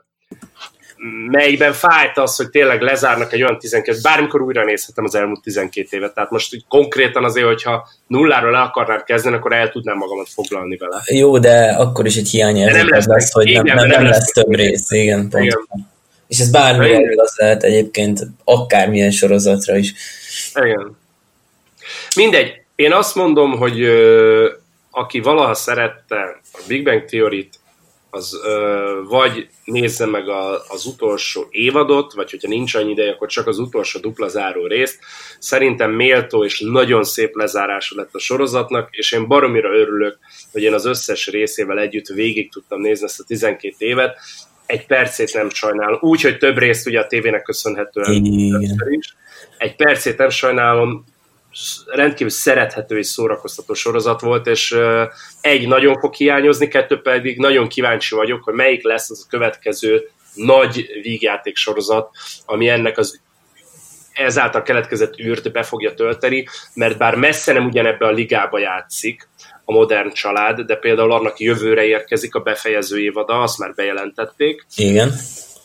melyben fájt az, hogy tényleg lezárnak egy olyan 12, bármikor újra nézhetem az elmúlt 12 évet, tehát most így konkrétan azért, hogyha nulláról le akarnám kezdeni, akkor el tudnám magamat foglalni vele. Jó, de akkor is egy hiányérzet lesz, hogy nem lesz több rész, igen, pont. Igen. És ez bármilyen igaz lehet egyébként, akármilyen sorozatra is. Igen. Mindegy, én azt mondom, hogy aki valaha szerette a Big Bang Theory-t, az vagy nézze meg az utolsó évadot, vagy hogyha nincs annyi ideje, akkor csak az utolsó dupla záró részt. Szerintem méltó és nagyon szép lezárása lett a sorozatnak, és én baromira örülök, hogy én az összes részével együtt végig tudtam nézni ezt a 12 évet. Egy percét nem sajnálom. Úgy, hogy több részt ugye a tévének köszönhetően is. Egy percét nem sajnálom, rendkívül szerethető és szórakoztató sorozat volt, és egy, nagyon fog hiányozni, kettő pedig nagyon kíváncsi vagyok, hogy melyik lesz az a következő nagy vígjáték sorozat, ami ennek az ezáltal keletkezett űrt be fogja tölteni, mert bár messze nem ugyanebbe a ligába játszik a Modern Család, de például annak jövőre érkezik a befejező évada, azt már bejelentették. Igen.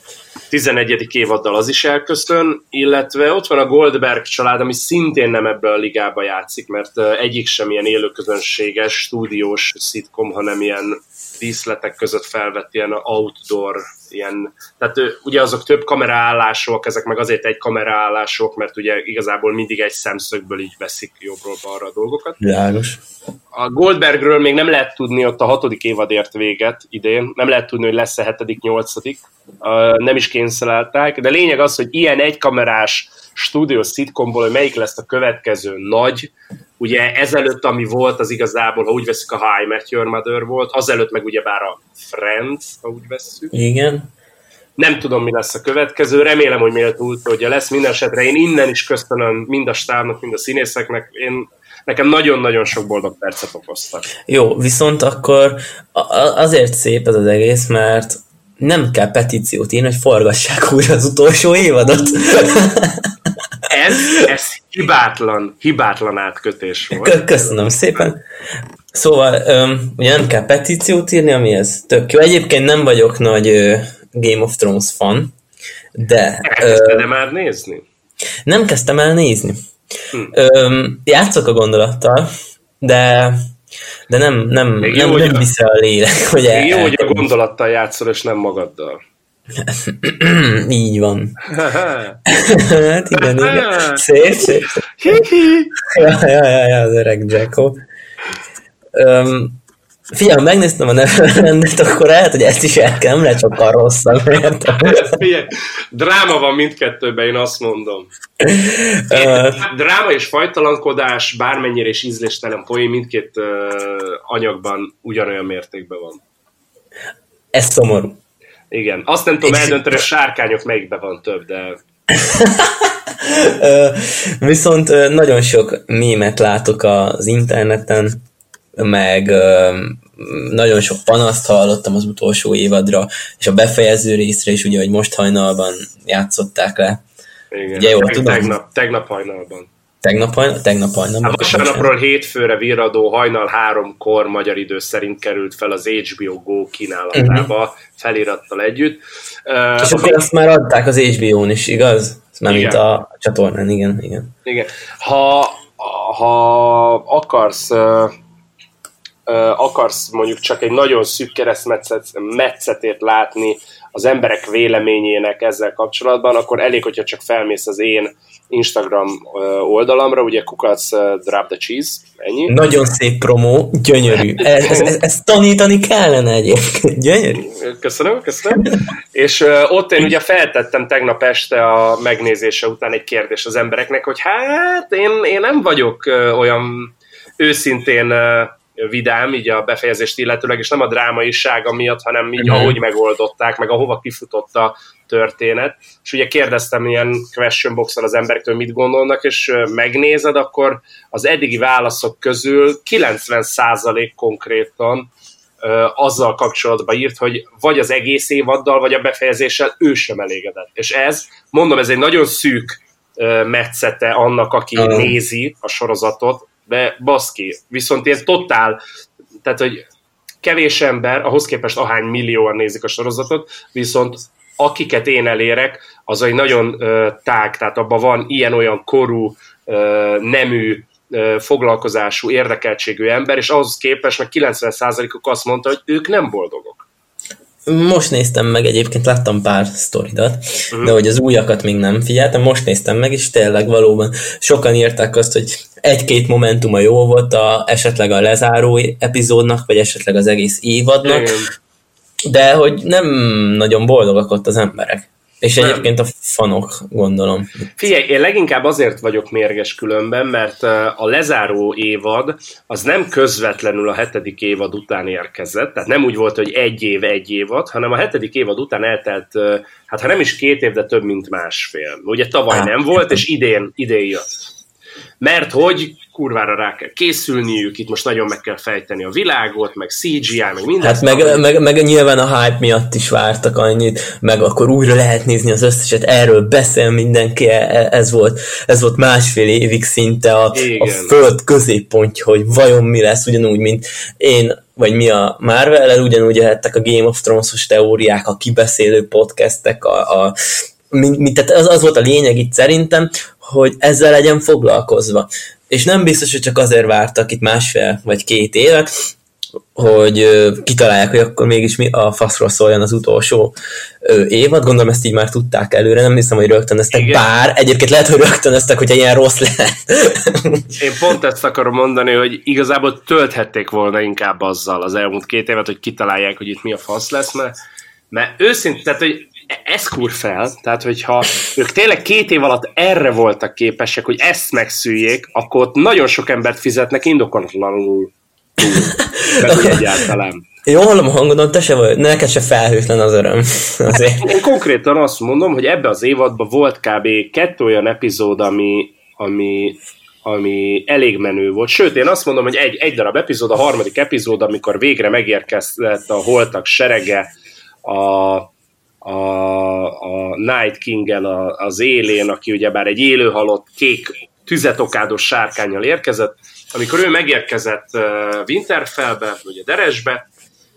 11. évaddal az is elköszön, illetve ott van a Goldberg család, ami szintén nem ebbe a ligába játszik, mert egyik sem ilyen élőközönséges, stúdiós szitkom, hanem ilyen díszletek között felvett ilyen outdoor, ilyen, tehát ugye azok több kameraállások, ezek meg azért egy kameraállások, mert ugye igazából mindig egy szemszögből így veszik jobbról-balra a dolgokat. Világos. A Goldbergről még nem lehet tudni, ott a 6. évad ért véget idén, nem lehet tudni, hogy lesz-e 7., 8., nem is kényszerelták, de lényeg az, hogy ilyen egykamerás stúdiós szitkomból, hogy melyik lesz a következő nagy, ugye ezelőtt, ami volt, az igazából, ha úgy veszik, a How I Met Your Mother volt, azelőtt meg ugyebár a Friends, ha úgy vesszük. Igen. Nem tudom, mi lesz a következő, remélem, hogy méltó utódja lesz. Minden esetre én innen is köszönöm mind a stábnak, mind a színészeknek. Nekem nagyon-nagyon sok boldog percet okoztak. Jó, viszont akkor azért szép ez az egész, mert nem petíciót írni, hogy forgassák újra az utolsó évadot. Ez hibátlan átkötés volt. Köszönöm szépen. Szóval, ugye nem kell petíciót írni, ami ez tök jó. Egyébként nem vagyok nagy Game of Thrones fan, de... Elkezdted már nézni? Nem kezdtem el nézni. Játszok a gondolattal, de nem visz el a lélek. Hogy jó, hogy a gondolattal játszol, és nem magaddal. Így van. Hát igen. Szép. Ja, az öreg Jacko. Figyelj, ha megnéztem a Neverlandet, akkor lehet, hogy ezt is el kell, nem lehet sokkal rosszabb. Figyelj, dráma van mindkettőben, én azt mondom. Dráma és fajtalankodás, bármennyire is ízléstelen poén, mindkét anyagban ugyanolyan mértékben van. Ez szomorú. Igen. Azt nem tudom eldönteni, hogy a sárkányok melyikben van több, de... Viszont nagyon sok mémet látok az interneten, meg nagyon sok panaszt hallottam az utolsó évadra, és a befejező részre is, ugye, hogy most hajnalban játszották le. Igen, ugye, jól tudom? Tegnap hajnalban. Tegnap hajnalban? A vasárnapról hétfőre virradó hajnal 3-kor magyar idő szerint került fel az HBO Go kínálatába, felirattal együtt. És akkor azt már adták az HBO-n is, igaz? Már mint a csatornán, igen. Ha akarsz mondjuk csak egy nagyon szűk keresztmetszetét látni az emberek véleményének ezzel kapcsolatban, akkor elég, hogyha csak felmész az én Instagram oldalamra, ugye Kukac Drop the Cheese, ennyi. Nagyon szép promó, gyönyörű. Ezt tanítani kellene egyébként, gyönyörű. Köszönöm. És ott én ugye feltettem tegnap este a megnézése után egy kérdés az embereknek, hogy hát én nem vagyok olyan őszintén vidám, így a befejezést illetőleg, és nem a drámaisága miatt, hanem így ahogy megoldották, meg ahova kifutott a történet. És ugye kérdeztem ilyen question boxon az emberektől, mit gondolnak, és megnézed, akkor az eddigi válaszok közül 90% konkrétan azzal kapcsolatban írt, hogy vagy az egész évaddal, vagy a befejezéssel ő sem elégedett. És ez, mondom, ez egy nagyon szűk metszete annak, aki nézi a sorozatot, de baszki, viszont ilyen totál, tehát, hogy kevés ember, ahhoz képest ahány millióan nézik a sorozatot, viszont akiket én elérek, az egy nagyon tág, tehát abban van ilyen-olyan korú, nemű, foglalkozású, érdekeltségű ember, és ahhoz képest meg 90%-uk azt mondta, hogy ők nem boldogok. Most néztem meg, egyébként láttam pár sztoridat, de hogy az újakat még nem figyeltem, most néztem meg, és tényleg valóban sokan írták azt, hogy egy-két momentuma jó volt, esetleg a lezáró epizódnak, vagy esetleg az egész évadnak, de hogy nem nagyon boldogak ott az emberek. És nem. Egyébként a fanok, gondolom. Figyelj, én leginkább azért vagyok mérges különben, mert a lezáró évad az nem közvetlenül a 7. évad után érkezett, tehát nem úgy volt, hogy egy évad, hanem a 7. évad után eltelt, hát ha nem is 2 év, de több mint másfél. Ugye tavaly nem volt, és idén jött. Mert hogy kurvára rá kell készülniük, itt most nagyon meg kell fejteni a világot, meg CGI, meg minden. Hát meg nyilván a hype miatt is vártak annyit, meg akkor újra lehet nézni az összeset, erről beszél mindenki, ez volt másfél évig szinte a föld középpontja, hogy vajon mi lesz, ugyanúgy, mint én, vagy mi a Marvel-el, ugyanúgy jöhettek a Game of Thrones-os teóriák, a kibeszélő podcastek, tehát az volt a lényeg itt szerintem, hogy ezzel legyen foglalkozva. És nem biztos, hogy csak azért vártak itt másfél vagy 2 évet, hogy kitalálják, hogy akkor mégis mi a faszról szóljon az utolsó évad. Gondolom ezt így már tudták előre, nem hiszem, hogy rögtönöztek. Igen. Bár egyébként lehet, hogy rögtönöztek, hogyha ilyen rossz lehet. Én pont ezt akarom mondani, hogy igazából tölthették volna inkább azzal az elmúlt 2 évet, hogy kitalálják, hogy itt mi a fasz lesz, mert őszintén, tehát, hogy ez kur fel, tehát hogyha ők tényleg 2 év alatt erre voltak képesek, hogy ezt megszüljék, akkor ott nagyon sok embert fizetnek indokolatlanul túl egyáltalán. Jó, hallom a hangodon, te se vagy, neked se felhőtlen az öröm. Azért. Én konkrétan azt mondom, hogy ebbe az évadban volt kb. 2 olyan epizód, ami elég menő volt. Sőt, én azt mondom, hogy egy darab epizód, a 3. epizód, amikor végre megérkezett a holtak serege, a Night King-en az élén, aki ugyebár egy élő halott, kék, tüzetokádós sárkánnyal érkezett, amikor ő megérkezett Winterfellbe, ugye Deresbe,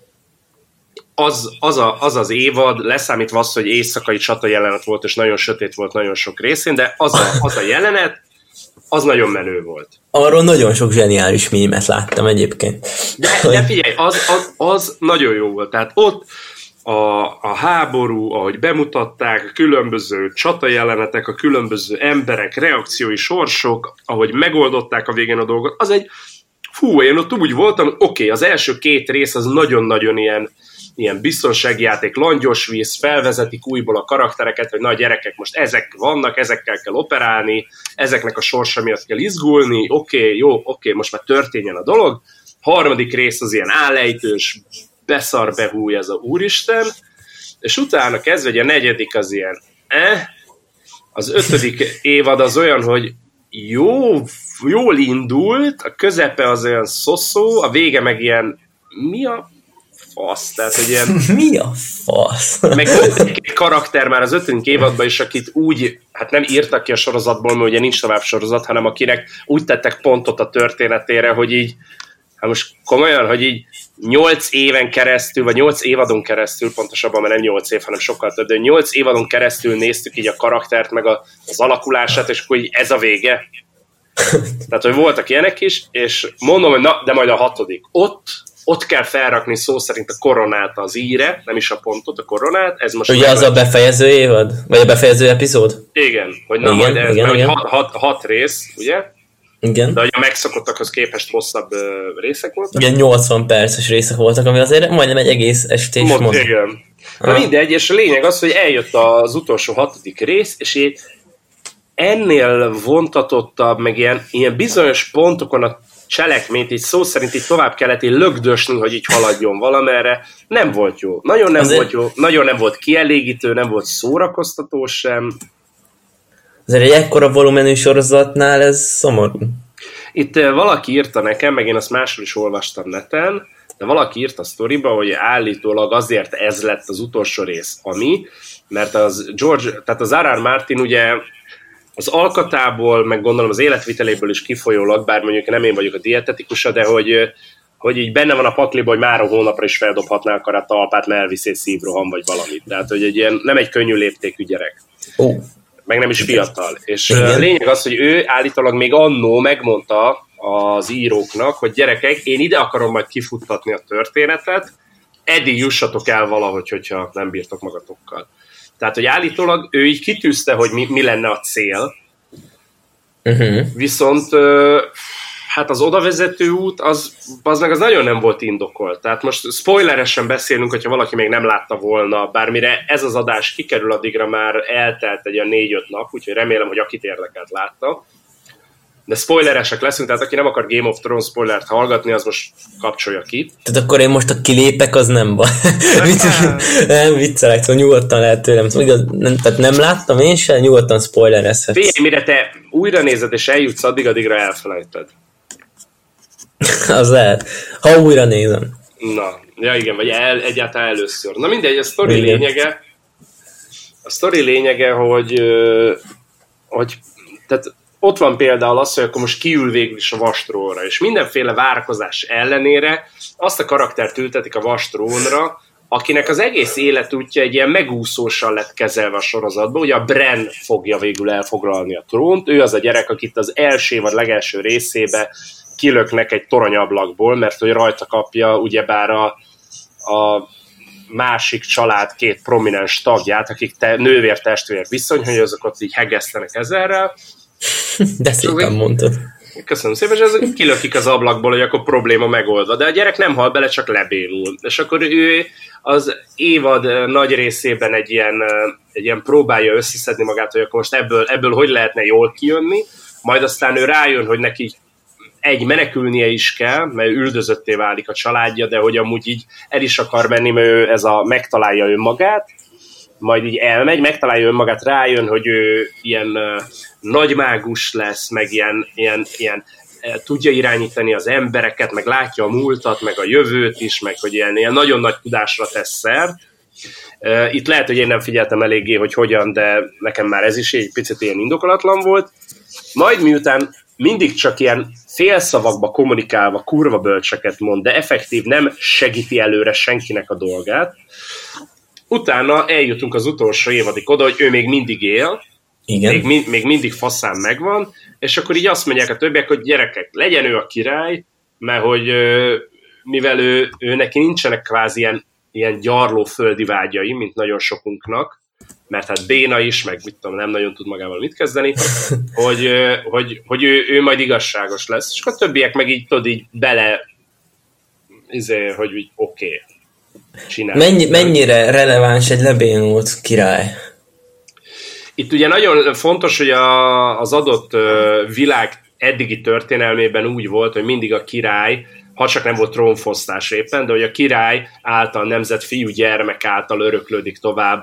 az évad, leszámítva azt, hogy éjszakai csata jelenet volt, és nagyon sötét volt nagyon sok részén, de az a jelenet, az nagyon menő volt. Arról nagyon sok zseniális mémet láttam egyébként. De figyelj, az nagyon jó volt. Tehát ott a háború, ahogy bemutatták, a különböző csatajelenetek, a különböző emberek, reakciói sorsok, ahogy megoldották a végén a dolgot, az egy, én ott úgy voltam, oké, az első 2 rész az nagyon-nagyon ilyen biztonságjáték, langyos víz, felvezetik újból a karaktereket, hogy na gyerekek, most ezek vannak, ezekkel kell operálni, ezeknek a sorsa miatt kell izgulni, oké, most már történjen a dolog. 3. rész az ilyen állejtős, beszar behúj ez a úristen, és utána kezdve, hogy a 4. az ilyen az 5. évad az olyan, hogy jól indult, a közepe az olyan szoszó, a vége meg ilyen mi a fasz, tehát hogy ilyen mi a fasz? Meg egy karakter már az 5. évadban is, akit úgy, hát nem írtak ki a sorozatból, mert ugye nincs tovább sorozat, hanem akinek úgy tettek pontot a történetére, hogy így, hát most komolyan, hogy így 8 éven keresztül, vagy 8 évadon keresztül, pontosabban, mert nem 8 év, hanem sokkal több, de 8 évadon keresztül néztük így a karaktert, meg az alakulását, és akkor így ez a vége. Tehát, hogy voltak ilyenek is, és mondom, hogy na, de majd a 6. Ott kell felrakni szó szerint a koronát az íre, nem is a pontot, a koronát. Ez most ugye az a befejező évad? Vagy a befejező epizód? Igen, hogy na majd ez, igen. 6 rész, ugye? Igen. De a megszokottakhoz képest hosszabb részek voltak. Igen, 80 perces részek voltak, ami azért majdnem egy egész estés mond. Igen. Na mindegy, és a lényeg az, hogy eljött az utolsó 6. rész, és én ennél vontatottabb, meg ilyen bizonyos pontokon a cselekményt így szó szerint így tovább kellett így lögdösni, hogy így haladjon valamerre. Nem volt jó. Nagyon nem volt jó. Nagyon nem volt kielégítő, nem volt szórakoztató sem. Azért egy ekkora volumenű sorozatnál ez szomorú. Itt valaki írta nekem, meg én azt máshol is olvastam neten, de valaki írt a sztoriba, hogy állítólag azért ez lett az utolsó rész, mert az tehát az R.R. Martin ugye az alkatából, meg gondolom az életviteléből is kifolyólag, bár mondjuk nem én vagyok a dietetikusa, de hogy így benne van a pakliba, hogy már a hónapra is feldobhatná akar a talpát, mert elviszi egy szívroham vagy valamit. Tehát, hogy nem egy könnyű léptékű gyerek. Meg nem is fiatal. És a lényeg az, hogy ő állítólag még annó megmondta az íróknak, hogy gyerekek, én ide akarom majd kifuttatni a történetet, eddig jussatok el valahogy, hogyha nem bírtok magatokkal. Tehát, hogy állítólag ő így kitűzte, hogy mi lenne a cél, viszont hát az odavezető út, az meg az nagyon nem volt indokolt. Tehát most spoileresen beszélünk, hogyha valaki még nem látta volna, bármire ez az adás kikerül, addigra már eltelt egy olyan 4-5 nap, úgyhogy remélem, hogy akit érdekelt látta. De spoileresek leszünk, tehát aki nem akar Game of Thrones spoilert hallgatni, az most kapcsolja ki. Tehát akkor én most a kilépek, az nem baj. Nem viccelek, szóval nyugodtan lehet tőlem. Tehát nem láttam én sem, nyugodtan spoilerezhetsz. Figyelj, mire te újra nézed és eljutsz addigra elfelejted. Az lehet. Ha újra nézem. Na, ja igen, vagy egyáltalán először. Na mindegy, a sztori lényege, hogy tehát ott van például az, hogy akkor most kiül végül is a vastrónra, és mindenféle várakozás ellenére azt a karaktert ültetik a vastrónra, akinek az egész életútja egy ilyen megúszósan lett kezelve a sorozatban. Ugye a Bran fogja végül elfoglalni a trónt, ő az a gyerek, akit az első vagy legelső részébe kilöknek egy toronyablakból, mert hogy rajta kapja ugyebár a másik család 2 prominens tagját, akik nővér-testvér viszony, hogy azok ott így hegesztenek ezerrel. De szépen mondtad. Köszönöm szépen, és ez kilökik az ablakból, hogy akkor probléma megoldva. De a gyerek nem hal bele, csak lebénul. És akkor ő az évad nagy részében egy ilyen próbálja összeszedni magát, hogy akkor most ebből hogy lehetne jól kijönni, majd aztán ő rájön, hogy neki menekülnie is kell, mert üldözötté válik a családja, de hogy amúgy így el is akar menni, mert ő megtalálja önmagát, majd így elmegy, megtalálja önmagát, rájön, hogy ő ilyen nagymágus lesz, meg ilyen tudja irányítani az embereket, meg látja a múltat, meg a jövőt is, meg hogy ilyen nagyon nagy tudásra tesz szert. Itt lehet, hogy én nem figyeltem eléggé, hogy hogyan, de nekem már ez is egy picit ilyen indokolatlan volt. Majd miután mindig csak ilyen félszavakba kommunikálva kurva bölcseket mond, de effektív nem segíti előre senkinek a dolgát, utána eljutunk az utolsó évadig oda, hogy ő még mindig él, igen. Még mindig faszán megvan, és akkor így azt mondják a többiek, hogy gyerekek, legyen ő a király, mert hogy mivel ő neki nincsenek kvázi ilyen gyarló földi vágyai, mint nagyon sokunknak, mert hát béna is, meg mit tudom, nem nagyon tud magával mit kezdeni, hogy ő majd igazságos lesz, és akkor a többiek meg így tudod így bele hogy így oké. Mennyire releváns egy lebénult király? Itt ugye nagyon fontos, hogy az adott világ eddigi történelmében úgy volt, hogy mindig a király, ha csak nem volt trónfosztás éppen, de hogy a király által nemzet fiú-gyermek által öröklődik tovább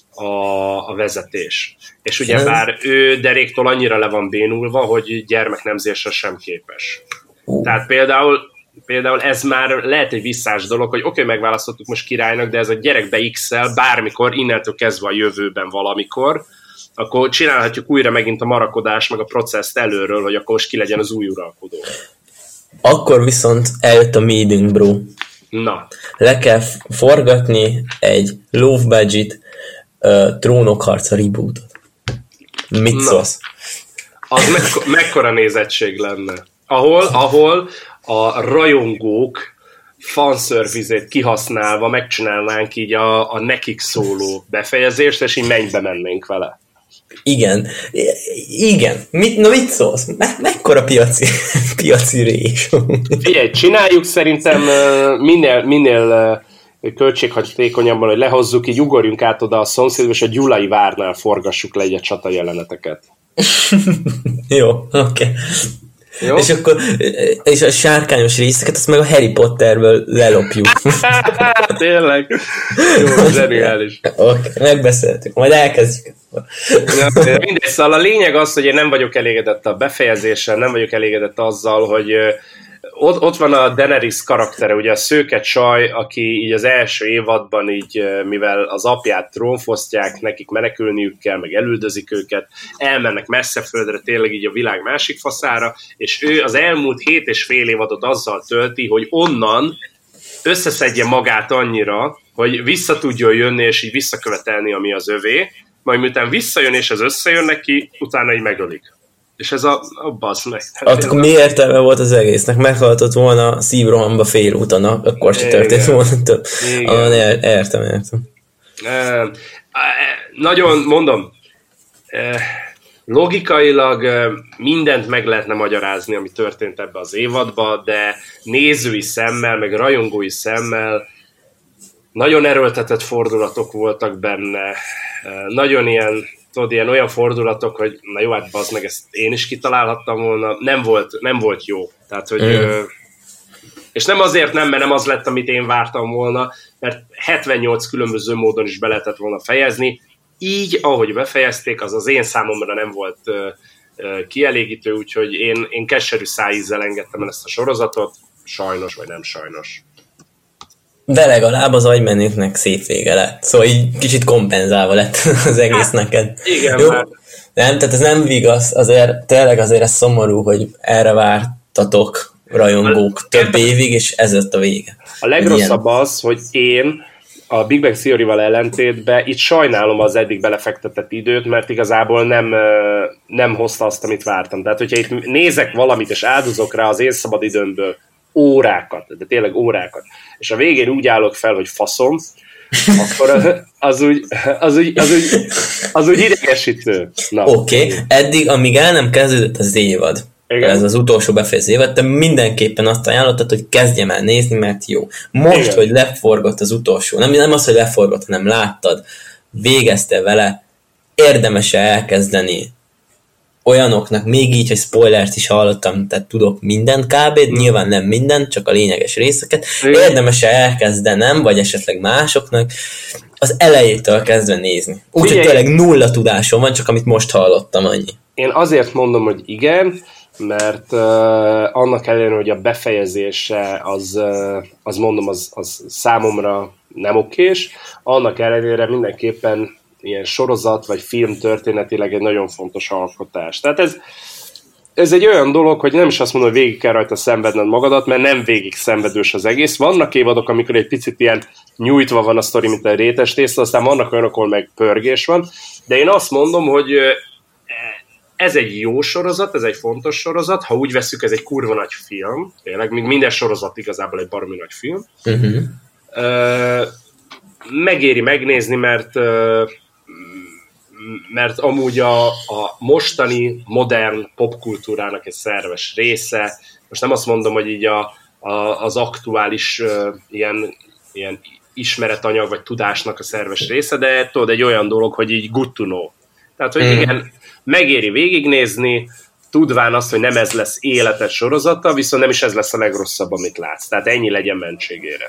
a vezetés. És ugye bár ő deréktől annyira le van bénulva, hogy gyermeknemzésre sem képes. Tehát például ez már lehet egy visszás dolog, hogy oké, megválasztottuk most királynak, de ez a gyerek be-x-el bármikor, innentől kezdve a jövőben valamikor, akkor csinálhatjuk újra megint a marakodás, meg a processzt előről, hogy akkor most ki legyen az új uralkodó. Akkor viszont eljött a meeting, bro. Na. Le kell forgatni egy low budget trónokharca rebootot. Mit szólsz? Az mekkora nézettség lenne. Ahol a rajongók fanszervizét kihasználva megcsinálnánk így a nekik szóló befejezést, és így mennybe mennénk vele. Igen. Mit szólsz? Mekkora piaci rés? Figyelj, csináljuk szerintem minél költséghatékonyabban, hogy lehozzuk, így ugorjunk át oda a szomszédba, és a Gyulai várnál forgassuk le egy a csata jeleneteket. Jó, oké. Okay. Jó? És akkor és a sárkányos részeket, azt meg a Harry Potterből lelopjuk. Tényleg? Jó, zseniális. Oké, megbeszéltük, majd elkezdjük. Mindegy, szóval a lényeg az, hogy én nem vagyok elégedett a befejezéssel, nem vagyok elégedett azzal, hogy ott van a Daenerys karaktere, ugye a szőke csaj, aki így az első évadban így, mivel az apját trónfosztják, nekik menekülniük kell, meg elüldözik őket, elmennek messze földre, tényleg így a világ másik faszára, és ő az elmúlt 7,5 évadot azzal tölti, hogy onnan összeszedje magát annyira, hogy vissza tudjon jönni, és így visszakövetelni, ami az övé, majd miután visszajön, és ez összejön neki, utána így megölik. És ez a bassz meg. Hát akkor mi értelme volt az egésznek? Meghaltott volna szívrohamba félúton, akkor se történt volna több. Értem. Nagyon, mondom, logikailag mindent meg lehetne magyarázni, ami történt ebbe az évadba, de nézői szemmel, meg rajongói szemmel nagyon erőltetett fordulatok voltak benne, nagyon ilyen olyan fordulatok, hogy na jó, hát bazd meg, ezt én is kitalálhattam volna, nem volt jó. Tehát, hogy, és nem azért nem, mert nem az lett, amit én vártam volna, mert 78 különböző módon is be lehetett volna fejezni. Így, ahogy befejezték, az én számomra nem volt kielégítő, úgyhogy én keserű szájízzel engedtem el ezt a sorozatot, sajnos vagy nem sajnos. De legalább az agymenőknek szép vége lett. Szóval így kicsit kompenzálva lett az egész neked. Igen, jó? Már. Nem, tehát ez nem vigasz, tényleg azért ez szomorú, hogy erre vártatok rajongók több évig, és ez lett a vége. A legrosszabb az, hogy én a Big Bang Theory-val ellentétben itt sajnálom az eddig belefektetett időt, mert igazából nem hozta azt, amit vártam. Tehát, hogyha itt nézek valamit, és áldozok rá az én szabad időmből órákat, de tényleg órákat, és a végén úgy állok fel, hogy faszom, akkor az úgy idegesítő. Oké, eddig, amíg el nem kezdődött az évad, igen. Ez az utolsó befejező évad, te mindenképpen azt ajánlottad, hogy kezdjem el nézni, mert jó. Most, igen. Hogy leforgott az utolsó, nem az, hogy leforgott, hanem láttad, végezte vele, érdemes-e elkezdeni olyanoknak, még így, hogy spoilert is hallottam, tehát tudok mindent kb. Nyilván nem mindent, csak a lényeges részeket. Érdemes-e elkezdenem, vagy esetleg másoknak az elejétől kezdve nézni. Úgyhogy tényleg nulla tudásom van, csak amit most hallottam, annyi. Én azért mondom, hogy igen, mert annak ellenére, hogy a befejezése az mondom, az számomra nem okés, annak ellenére mindenképpen ilyen sorozat vagy film történetileg egy nagyon fontos alkotás. Tehát ez egy olyan dolog, hogy nem is azt mondom, hogy végig kell rajta szenvedned magadat, mert nem végig szenvedős az egész. Vannak évadok, amikor egy picit ilyen nyújtva van a sztori, mint egy rétes tészta, aztán vannak olyanok, ahol meg pörgés van, de én azt mondom, hogy ez egy jó sorozat, ez egy fontos sorozat, ha úgy veszük, ez egy kurva nagy film, tényleg, még minden sorozat igazából egy baromi nagy film. Megéri megnézni, mert amúgy a mostani modern popkultúrának egy szerves része, most nem azt mondom, hogy így az aktuális ilyen ismeretanyag vagy tudásnak a szerves része, de tudod, egy olyan dolog, hogy így good to know. Tehát, hogy igen, megéri végignézni, tudván azt, hogy nem ez lesz életed sorozata, viszont nem is ez lesz a legrosszabb, amit látsz. Tehát ennyi legyen mentségére.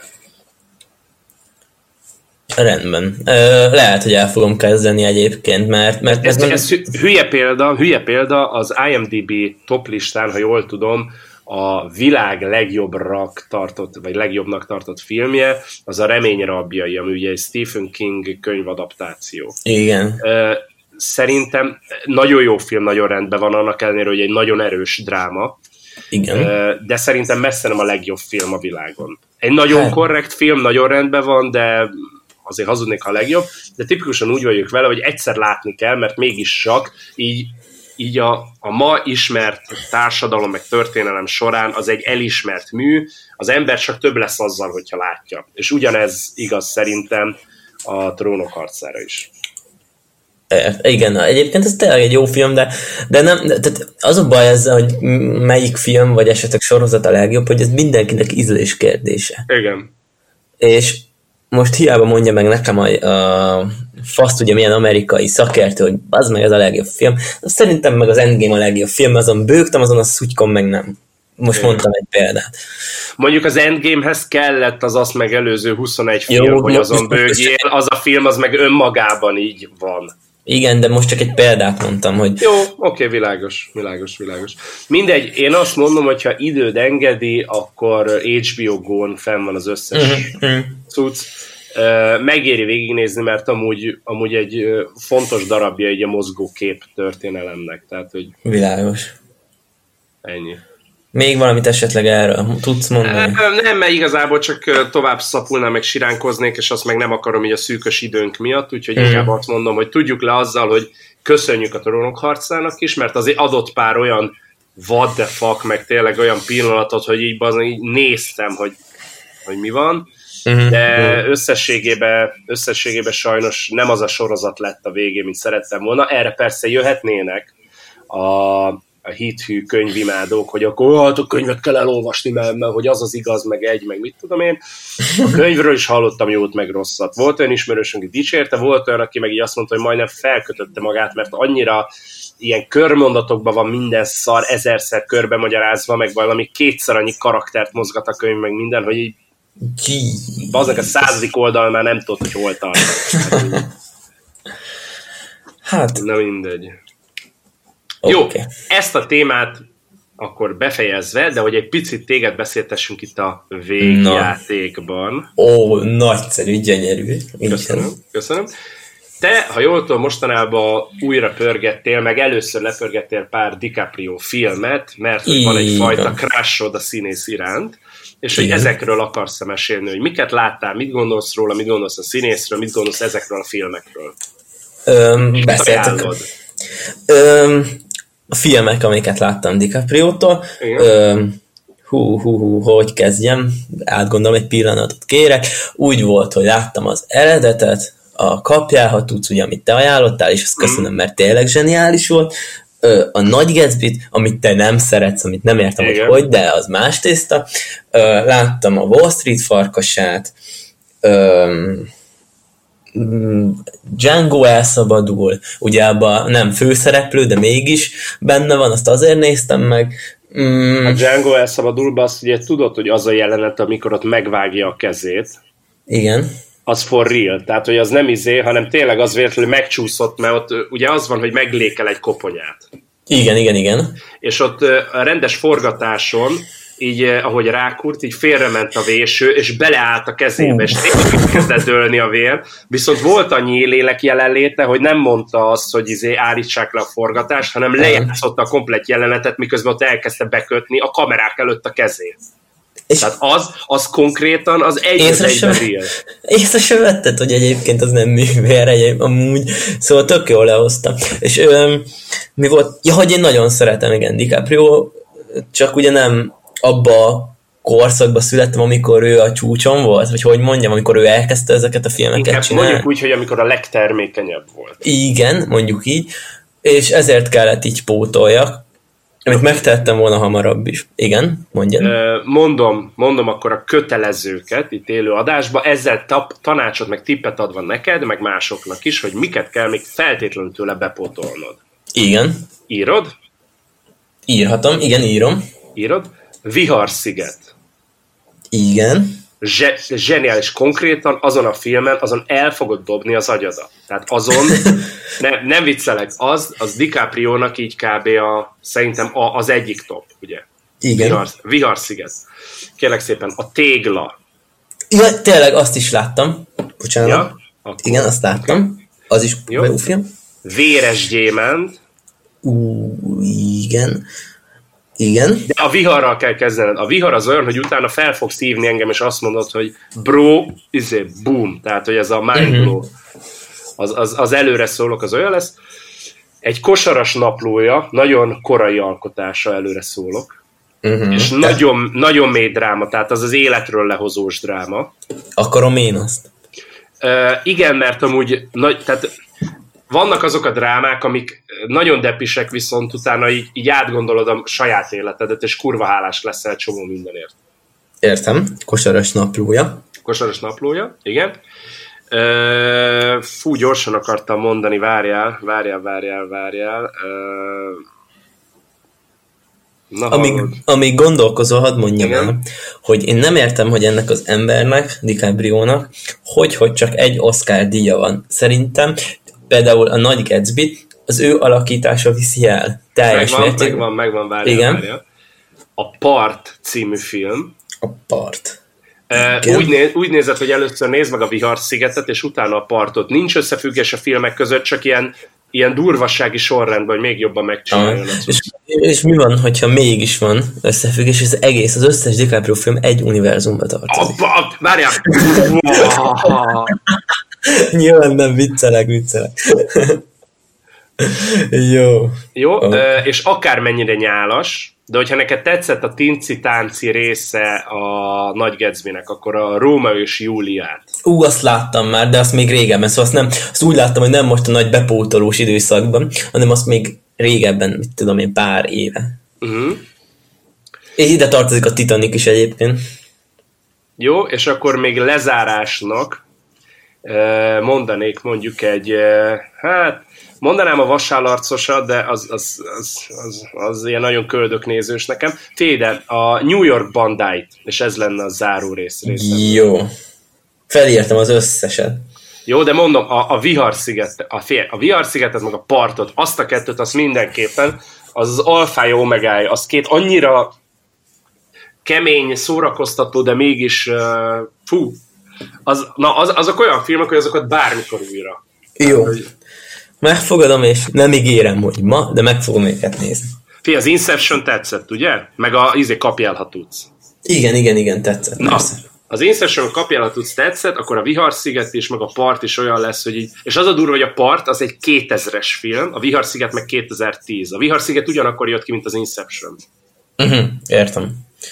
Rendben. Lehet, hogy el fogom kezdeni egyébként, mert ez hülye példa, az IMDb top listán, ha jól tudom, a világ legjobbnak tartott filmje, az a Remény rabjai, ami ugye egy Stephen King könyvadaptáció. Igen. Szerintem nagyon jó film, nagyon rendben van, annak ellenére, hogy egy nagyon erős dráma. Igen. De szerintem messze nem a legjobb film a világon. Egy nagyon korrekt film, nagyon rendben van, de azért hazudnék, ha a legjobb, de tipikusan úgy vagyok vele, hogy egyszer látni kell, mert mégis csak így a ma ismert társadalom meg történelem során az egy elismert mű, az ember csak több lesz azzal, hogyha látja. És ugyanez igaz szerintem a Trónok harcára is. Igen, egyébként ez tényleg egy jó film, de nem, tehát az a baj ezzel, hogy melyik film, vagy esetleg sorozat a legjobb, hogy ez mindenkinek ízlés kérdése. Igen. És most hiába mondja meg nekem a Faszt ugye milyen amerikai szakértő, hogy az meg ez a legjobb film. Szerintem meg az Endgame a legjobb film, azon bőgtem, azon a szutykon meg nem. Most mondtam egy példát. Mondjuk az Endgamehez kellett az azt megelőző 21 film, hogy azon bőgjél, az a film az meg önmagában így van. Igen, de most csak egy példát mondtam, hogy... Jó, oké, világos. Mindegy, én azt mondom, hogyha időd engedi, akkor HBO Go-n fenn van az összes cucc. Megéri végignézni, mert amúgy egy fontos darabja egy a mozgókép történelemnek. Tehát, hogy... Világos. Ennyi. Még valamit esetleg erről tudsz mondani? Nem, mert igazából csak tovább szapulnám, meg siránkoznék, és azt meg nem akarom így a szűkös időnk miatt, úgyhogy inkább azt mondom, hogy tudjuk le azzal, hogy köszönjük a Trónok harcának is, mert azért adott pár olyan what the fuck, meg tényleg olyan pillanatot, hogy így néztem, hogy mi van, de összességében sajnos nem az a sorozat lett a végén, mint szerettem volna. Erre persze jöhetnének a hithű könyvimádók, hogy akkor hát a könyvet kell elolvasni, mert hogy az igaz, meg mit tudom én. A könyvről is hallottam jót, meg rosszat. Volt olyan ismerősünk, aki dicsérte, volt olyan, aki meg így azt mondta, hogy majdnem felkötötte magát, mert annyira ilyen körmondatokban van minden szar, ezerszer körbe magyarázva, meg valami kétszer annyi karaktert mozgat a könyv, meg minden, hogy így aznak a 100. oldal már nem tudod, hogy hol tart. Hát... Na mindegy. Jó, ezt a témát akkor befejezve, de hogy egy picit téged beszéltessünk itt a végjátékban. Ó, nagyszerű, gyönyörű. Köszönöm. Te, ha jól tudom, mostanában újra pörgettél, meg először lepörgettél pár DiCaprio filmet, mert van egyfajta crushod a színész iránt, és hogy ezekről akarsz mesélni, hogy miket láttál, mit gondolsz róla, mit gondolsz a színészről, mit gondolsz ezekről a filmekről. Beszéltek. A filmek, amiket láttam DiCaprio-tól, hogy kezdjem, átgondolom, egy pillanatot kérek. Úgy volt, hogy láttam az eredetet, a Kapjál, ha tudsz, ugye, amit te ajánlottál, és azt köszönöm, mert tényleg zseniális volt. A Nagy Gatsbyt, amit te nem szeretsz, amit nem értem, hogy, de az más tészta. Láttam a Wall Street farkasát, Django elszabadul, ugye abban nem főszereplő, de mégis benne van, azt azért néztem meg. A Django elszabadul, azt ugye tudod, hogy az a jelenet, amikor ott megvágja a kezét. Igen. Az for real, tehát hogy az nem hanem tényleg az véletlenül megcsúszott, mert ott ugye az van, hogy meglékel egy koponyát. Igen. És ott a rendes forgatáson így, ahogy rákurt, így félrement a véső, és beleállt a kezébe, és tényleg kezdett dőlni a vér. Viszont volt annyi lélek jelenléte, hogy nem mondta azt, hogy állítsák le a forgatást, hanem lejátszotta a komplett jelenetet, miközben ott elkezdte bekötni a kamerák előtt a kezét. És tehát az konkrétan az egyben real. Észre sem vetted, hogy egyébként az nem művér, amúgy. Szóval tök jól lehoztam. És mi volt? Ja, hogy én nagyon szeretem, igen, DiCaprio, csak ugye nem abba a korszakban születtem, amikor ő a csúcson volt, vagy hogy mondjam, amikor ő elkezdte ezeket a filmeket inkább csinálni. Mondjuk úgy, hogy amikor a legtermékenyebb volt. Igen, mondjuk így, és ezért kellett így pótoljak, amit megtettem volna hamarabb is. Igen, mondjad. Mondom akkor a kötelezőket itt élő adásba, ezzel tanácsot, meg tippet adva neked, meg másoknak is, hogy miket kell még feltétlenül tőle bepótolnod. Igen. Írod? Írhatom, igen, írom. Írod? Viharsziget. Igen. Zseniális, konkrétan azon a filmen, azon el fogod dobni az agyadat. Tehát azon, nem viccelek, az DiCaprio-nak így kb. Szerintem az egyik top, ugye? Igen. Viharsziget. Kérlek szépen, a Tégla. Ja, tényleg, azt is láttam. Bocsánat. Ja, igen, azt láttam. Okay. Az is jó film. Véres gyémánt. Igen. Igen. De a viharral kell kezdened. A vihar az olyan, hogy utána fel fogsz hívni engem, és azt mondod, hogy bro, boom. Tehát, hogy ez a mind blow. Az előre szólok, az olyan lesz. Egy kosaras naplója, nagyon korai alkotása, előre szólok. És nagyon, nagyon mély dráma, tehát az életről lehozós dráma. Akarom én azt. Igen, mert amúgy tehát vannak azok a drámák, amik nagyon depisek, viszont utána így átgondolod a saját életedet, és kurva hálás leszel csomó mindenért. Értem. Kosaras naplója. Kosaras naplója, igen. Fú, gyorsan akartam mondani, várjál. Amíg gondolkozol, hadd mondjam el, hogy én nem értem, hogy ennek az embernek, DiCaprio-nak, hogy csak egy Oscar díja van. Szerintem például a Nagy Gatsby az ő alakítása viszi el. Megvan, várjál. A Part című film. A Part. Úgy nézett, hogy először nézd meg a Vihar-szigetet, és utána a Partot. Nincs összefüggés a filmek között, csak ilyen durvassági sorrendben, hogy még jobban megcsináljon. És mi van, hogyha mégis van összefüggés, és az összes DiCaprio film egy univerzumba tartozik? Várjál! Nyilván nem, viccelek. Jó, és akármennyire nyálas, de hogyha neked tetszett a tinci-tánci része a Nagy Gatsbynek, akkor a Rómeó és Júliát. Azt láttam már, de azt még régebben, szóval azt úgy láttam, hogy nem most a nagy bepótolós időszakban, hanem azt még régebben, mit tudom én, pár éve. És ide tartozik a Titanic is egyébként. Jó, és akkor még lezárásnak mondanék mondjuk mondanám a Vasállarcosat, de az ilyen nagyon köldöknézős nekem. Féde, a New York Bandit, és ez lenne a záró része. Jó. Felírtam az összeset. Jó, de mondom, a Vihar-szigetet, meg a Partot, azt a kettőt, azt mindenképpen, az alfája, omegája, az két annyira kemény, szórakoztató, de mégis azok olyan filmek, hogy azokat bármikor újra. Jó. Megfogadom, és nem ígérem, hogy ma, de meg fogom őket nézni. Az Inception tetszett, ugye? Meg kapjál, ha tudsz. Igen, tetszett. Na, az Inception kapjál, ha tudsz tetszett, akkor a Vihar-sziget is, meg a Part is olyan lesz, hogy így... És az a durva, hogy a Part az egy 2000-es film, a Vihar-sziget meg 2010. A Vihar-sziget ugyanakkor jött ki, mint az Inception. Értem.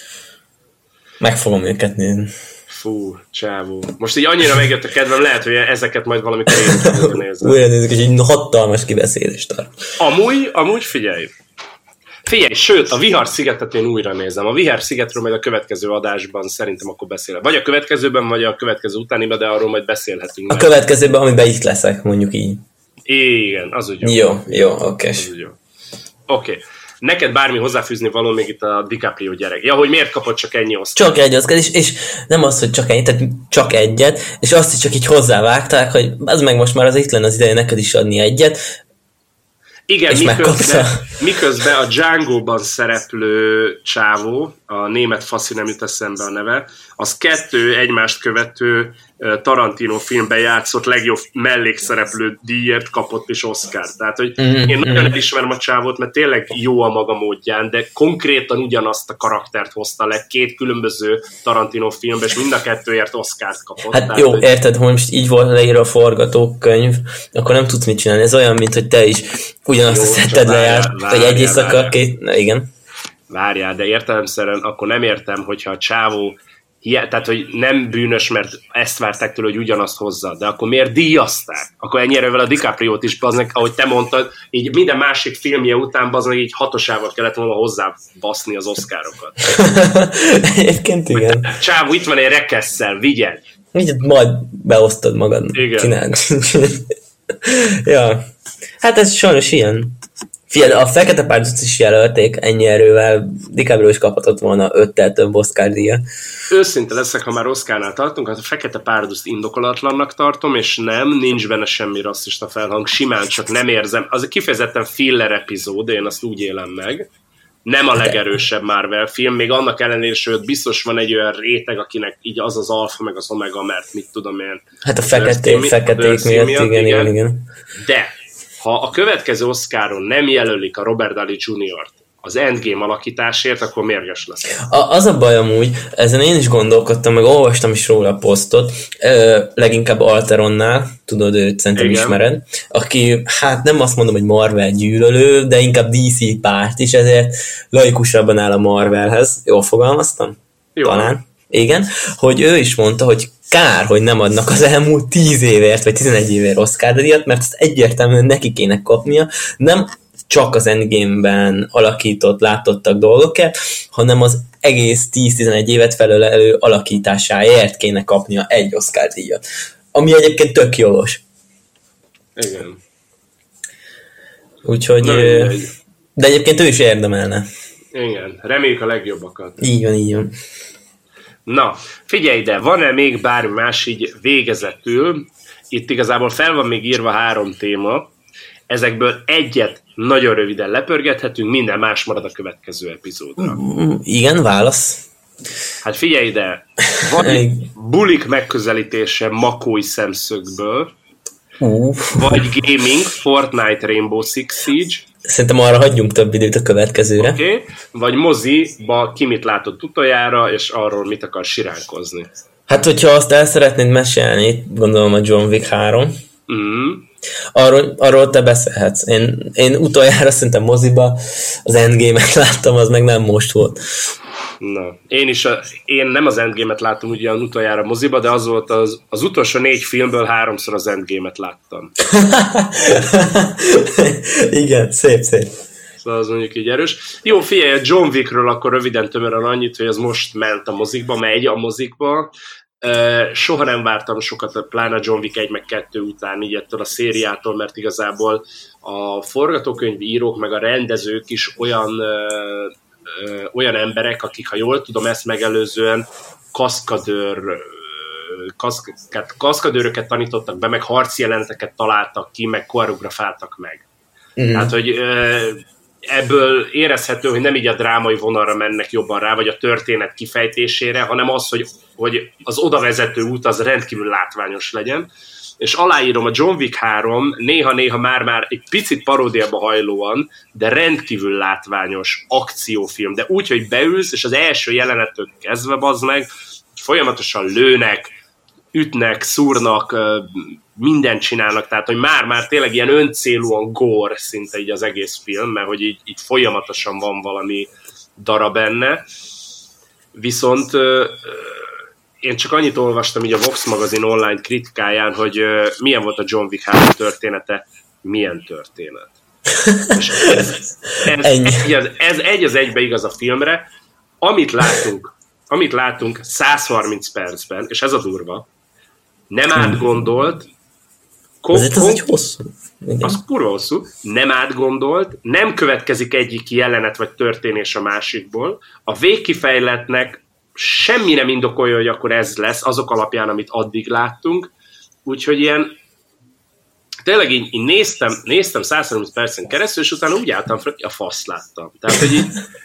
Meg fogom őket nézni. Fú, csávó. Most így annyira megjött a kedvem, lehet, hogy ezeket majd valamikor én tudok nézni. Újra nézzük, és egy hatalmas kibeszélést tart. Amúgy figyelj, sőt, a Vihar-szigetet én újra nézem. A Vihar-szigetről majd a következő adásban szerintem akkor beszélek. Vagy a következőben, vagy a következő utániban, de arról majd beszélhetünk. A következőben, amiben itt leszek, mondjuk így. Igen, az úgy jó. Jó, oké. Oké. Neked bármi hozzáfűzni való még itt a DiCaprio gyerek. Ja, hogy miért kapott csak ennyi Oscar? Csak egy Oscar, és nem az, hogy csak ennyi, tehát csak egyet, és azt is csak így hozzávágták, hogy az meg most már az itt lenne az ideje neked is adni egyet. Igen, miközben a Django-ban szereplő csávó, a német faszi, nem jut eszembe a neve, az 2 egymást követő Tarantino filmben játszott legjobb mellékszereplő díjért kapott is Oscar. Tehát, hogy én nagyon elismerem a csávót, mert tényleg jó a maga módján, de konkrétan ugyanazt a karaktert hozta le 2 különböző Tarantino filmben, és mind a 2ért Oscart kapott. Hát tehát, jó, érted, hogy most így volt leírva a forgatókönyv, akkor nem tudsz mit csinálni. Ez olyan, mint hogy te is ugyanazt a szetted lejárt, vagy egy éjszaka, igen. Várjál, de értelemszerűen akkor nem értem, hogyha a csávó tehát, hogy nem bűnös, mert ezt várták tőle, hogy ugyanazt hozza, de akkor miért díjazták? Akkor ennyire vele a DiCaprio-t is, baznak, ahogy te mondtad, így minden másik filmje után baznak, így 6-osával kellett volna hozzá baszni az Oscarokat. Egyébként igen. Csávó, itt van egy rekesszel, vigyed! Így majd beosztod magad, csináld. Ja, hát ez sajnos ilyen. Figyelj, a Fekete Párduc is jelölték ennyi erővel, DiCaprio is kaphatott volna 5-tel több Oscar díjat. Őszinte leszek, ha már Oscarnál tartunk, hát a Fekete Párduct indokolatlannak tartom, és nincs benne semmi rasszista felhang, simán csak nem érzem. Az kifejezetten filler epizód, én azt úgy élem meg. Nem a legerősebb Marvel film, még annak ellenére, sőt, biztos van egy olyan réteg, akinek így az az alfa, meg az omega, mert mit tudom én. Hát a feketék miatt, igen. De ha a következő Oscaron nem jelölik a Robert Downey Jr.-t az Endgame alakításért, akkor mérges lesz. Az a baj amúgy, ezen én is gondolkodtam, meg olvastam is róla a posztot, leginkább Alteronnál, tudod, őt szerintem ismered, aki, hát nem azt mondom, hogy Marvel gyűlölő, de inkább DC párt is, ezért laikusabban áll a Marvelhez. Jól fogalmaztam? Jó. Talán. Igen, hogy ő is mondta, hogy kár, hogy nem adnak az elmúlt 10 évért, vagy 11 évért Oscar-díjat, mert ezt egyértelműen neki kéne kapnia, nem csak az Endgame-ben alakított, látottak dolgokat, hanem az egész 10-11 évet felölelő alakításáért kéne kapnia egy Oscar-díjat. ami egyébként tök jogos. Igen. Úgyhogy... De egyébként ő is érdemelne. Igen, reméljük a legjobbakat. Így van. Na, figyelj ide, van-e még bármi más így végezetül? Itt igazából fel van még írva 3 téma, ezekből egyet nagyon röviden lepörgethetünk, minden más marad a következő epizódra. Igen, válasz. Hát figyelj ide, vagy bulik megközelítése makói szemszögből, vagy gaming, Fortnite, Rainbow Six Siege. Szerintem arra hagyjunk több időt a következőre. Okay. Vagy moziba ki mit látott utoljára, és arról mit akar siránkozni. Hát, hogyha azt el szeretnéd mesélni, gondolom a John Wick 3. Arról te beszélhetsz. Én utoljára szerintem moziba az Endgame-et láttam, az meg nem most volt. Na, én nem az Endgame-et láttam ugyan utoljára moziba, de az volt az utolsó 4 filmből 3-szor az Endgame-et láttam. Igen, szép. Szóval az mondjuk így erős. Jó, figyelj, a John Wickről akkor röviden tömören annyit, hogy az most ment a mozikba, megy a mozikba. Soha nem vártam sokat, pláne John Wick 1 meg 2 után így ettől a szériától, mert igazából a forgatókönyvírók meg a rendezők is olyan emberek, akik, ha jól tudom, ezt megelőzően kaszkadőröket tanítottak be, meg harci jeleneteket találtak ki, meg koreografáltak meg. Tehát, hogy ebből érezhető, hogy nem így a drámai vonalra mennek jobban rá, vagy a történet kifejtésére, hanem az, hogy az odavezető út az rendkívül látványos legyen. És aláírom, a John Wick 3 néha-néha már egy picit paródiába hajlóan, de rendkívül látványos akciófilm. De úgy, hogy beülsz, és az első jelenettől kezdve bazd meg, folyamatosan lőnek, ütnek, szúrnak, mindent csinálnak, tehát hogy már tényleg ilyen öncélúan gore szinte így az egész film, mert hogy így folyamatosan van valami darab benne. Viszont én csak annyit olvastam így a Vox magazin online kritikáján, hogy milyen volt a John Wick 3 története, milyen történet. És ez egy az egybe igaz a filmre, amit látunk 130 percben, és ez a durva, nem átgondolt, ez egy hosszú. Igen. Az kurva hosszú, nem átgondolt, nem következik egyik jelenet vagy történés a másikból, a végkifejletnek semmi nem indokolja, hogy akkor ez lesz, azok alapján, amit addig láttunk, úgyhogy ilyen tényleg így néztem 130 percen keresztül, és utána úgy álltam fel, hogy a fasz láttam. Tehát, hogy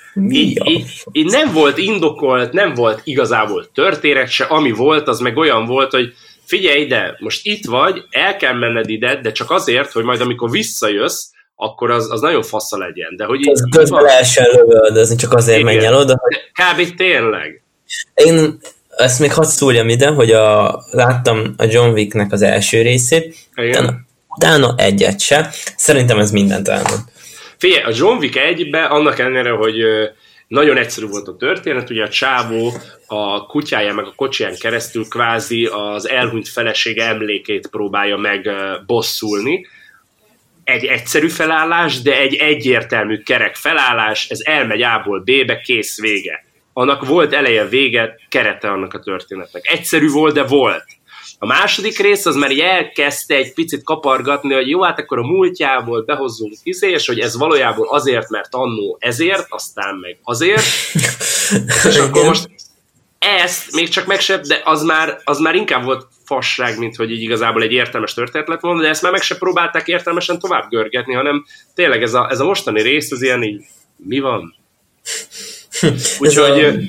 így nem volt indokolt, nem volt igazából történet se, ami volt, az meg olyan volt, hogy figyelj ide, most itt vagy, el kell menned ide, de csak azért, hogy majd amikor visszajössz, akkor az nagyon fassza legyen. De hogy így közben lehessen lövöldözni, csak azért menj el oda. Hogy... Kb. Tényleg. Én ezt még hadd szúrjam ide, hogy láttam a John Wicknek az első részét, utána egyet se. Szerintem ez mindent elmond. Figyelj, a John Wick 1-ben annak ellenére, hogy nagyon egyszerű volt a történet, ugye a csávó a kutyáján meg a kocsiján keresztül kvázi az elhunyt felesége emlékét próbálja meg bosszulni. Egy egyszerű felállás, de egy egyértelmű kerek felállás, ez elmegy A-ból B-be, kész, vége. Annak volt eleje, vége, kerete annak a történetnek. Egyszerű volt, de volt. A második rész az már elkezdte egy picit kapargatni, hogy jó, hát akkor a múltjából behozzunk és hogy ez valójában azért, mert annó ezért, aztán meg azért. És akkor most ezt még csak meg sem, de az már inkább volt fasság, mint hogy így igazából egy értelmes történet lett volna, de ezt már meg se próbálták értelmesen tovább görgetni, hanem tényleg ez a mostani rész az ilyen így, mi van? Úgyhogy...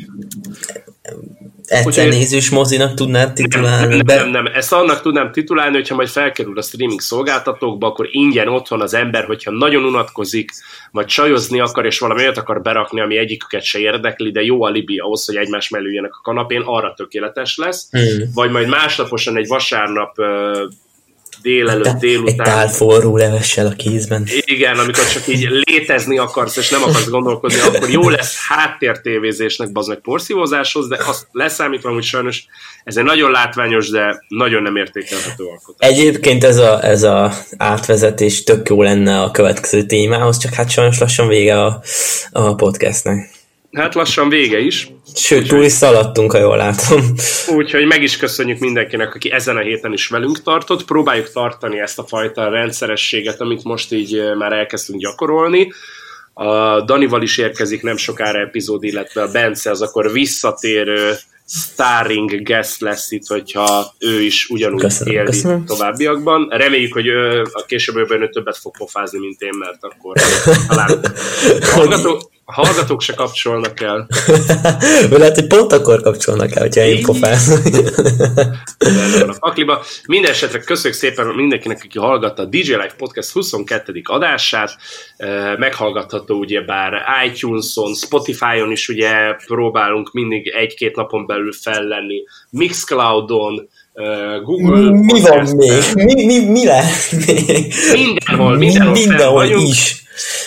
Egyszer nézős mozinak tudnád titulálni? Nem. Ezt annak tudnám titulálni, hogyha majd felkerül a streaming szolgáltatókba, akkor ingyen otthon az ember, hogyha nagyon unatkozik, vagy csajozni akar, és valami olyat akar berakni, ami egyiküket se érdekli, de jó alibi ahhoz, hogy egymás mellé üljenek a kanapén, arra tökéletes lesz. Vagy majd másnaposan egy vasárnap délután. Egy tál forró levessel a kézben. Igen, amikor csak így létezni akarsz, és nem akarsz gondolkodni, akkor jó lesz háttértévézésnek, bazd meg porszívózáshoz, de azt leszámítva, hogy sajnos ez egy nagyon látványos, de nagyon nem értékelhető alkotás. Egyébként ez a átvezetés tök jó lenne a következő témához, csak hát sajnos lassan vége a podcastnek. Hát lassan vége is. Sőt, túl is szaladtunk, ha jól látom. Úgyhogy meg is köszönjük mindenkinek, aki ezen a héten is velünk tartott. Próbáljuk tartani ezt a fajta rendszerességet, amit most így már elkezdtünk gyakorolni. A Danival is érkezik nem sokára epizód, illetve a Bence az akkor visszatérő starring guest lesz itt, hogyha ő is ugyanúgy éli továbbiakban. Reméljük, hogy a későbbiben ő többet fog pofázni, mint én, mert akkor talán hallgatók se kapcsolnak el. Lehet, hogy pont akkor kapcsolnak el, hogyha én pofázom. Akliba. Minden esetre köszönjük szépen mindenkinek, aki hallgatta a DJ Life Podcast 22. adását. Meghallgatható ugyebár iTunes-on, Spotify-on is ugye próbálunk mindig 1-2 napon belül fellenni, Mixcloud-on, Google mi van még? Mi lehet még? Mindenhol is.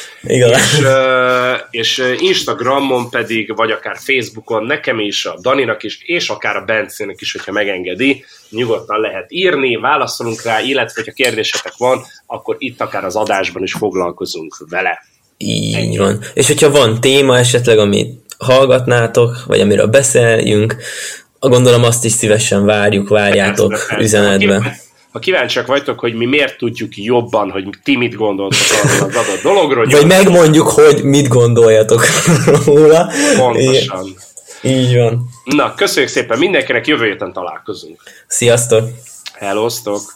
És Instagramon pedig, vagy akár Facebookon, nekem is, a Daninak is, és akár a Bencének is, hogyha megengedi, nyugodtan lehet írni, válaszolunk rá, illetve, hogyha kérdésetek van, akkor itt akár az adásban is foglalkozunk vele. Így van. És hogyha van téma esetleg, amit hallgatnátok, vagy amiről beszéljünk, gondolom azt is szívesen várjátok üzenetbe. Ha kíváncsiak vagytok, hogy mi miért tudjuk jobban, hogy ti mit gondoltok arról az adott dologról. Vagy megmondjuk, hogy mit gondoljatok róla. Pontosan. Így van. Na, köszönjük szépen mindenkinek, jövő héten találkozunk. Sziasztok! Hellosztok!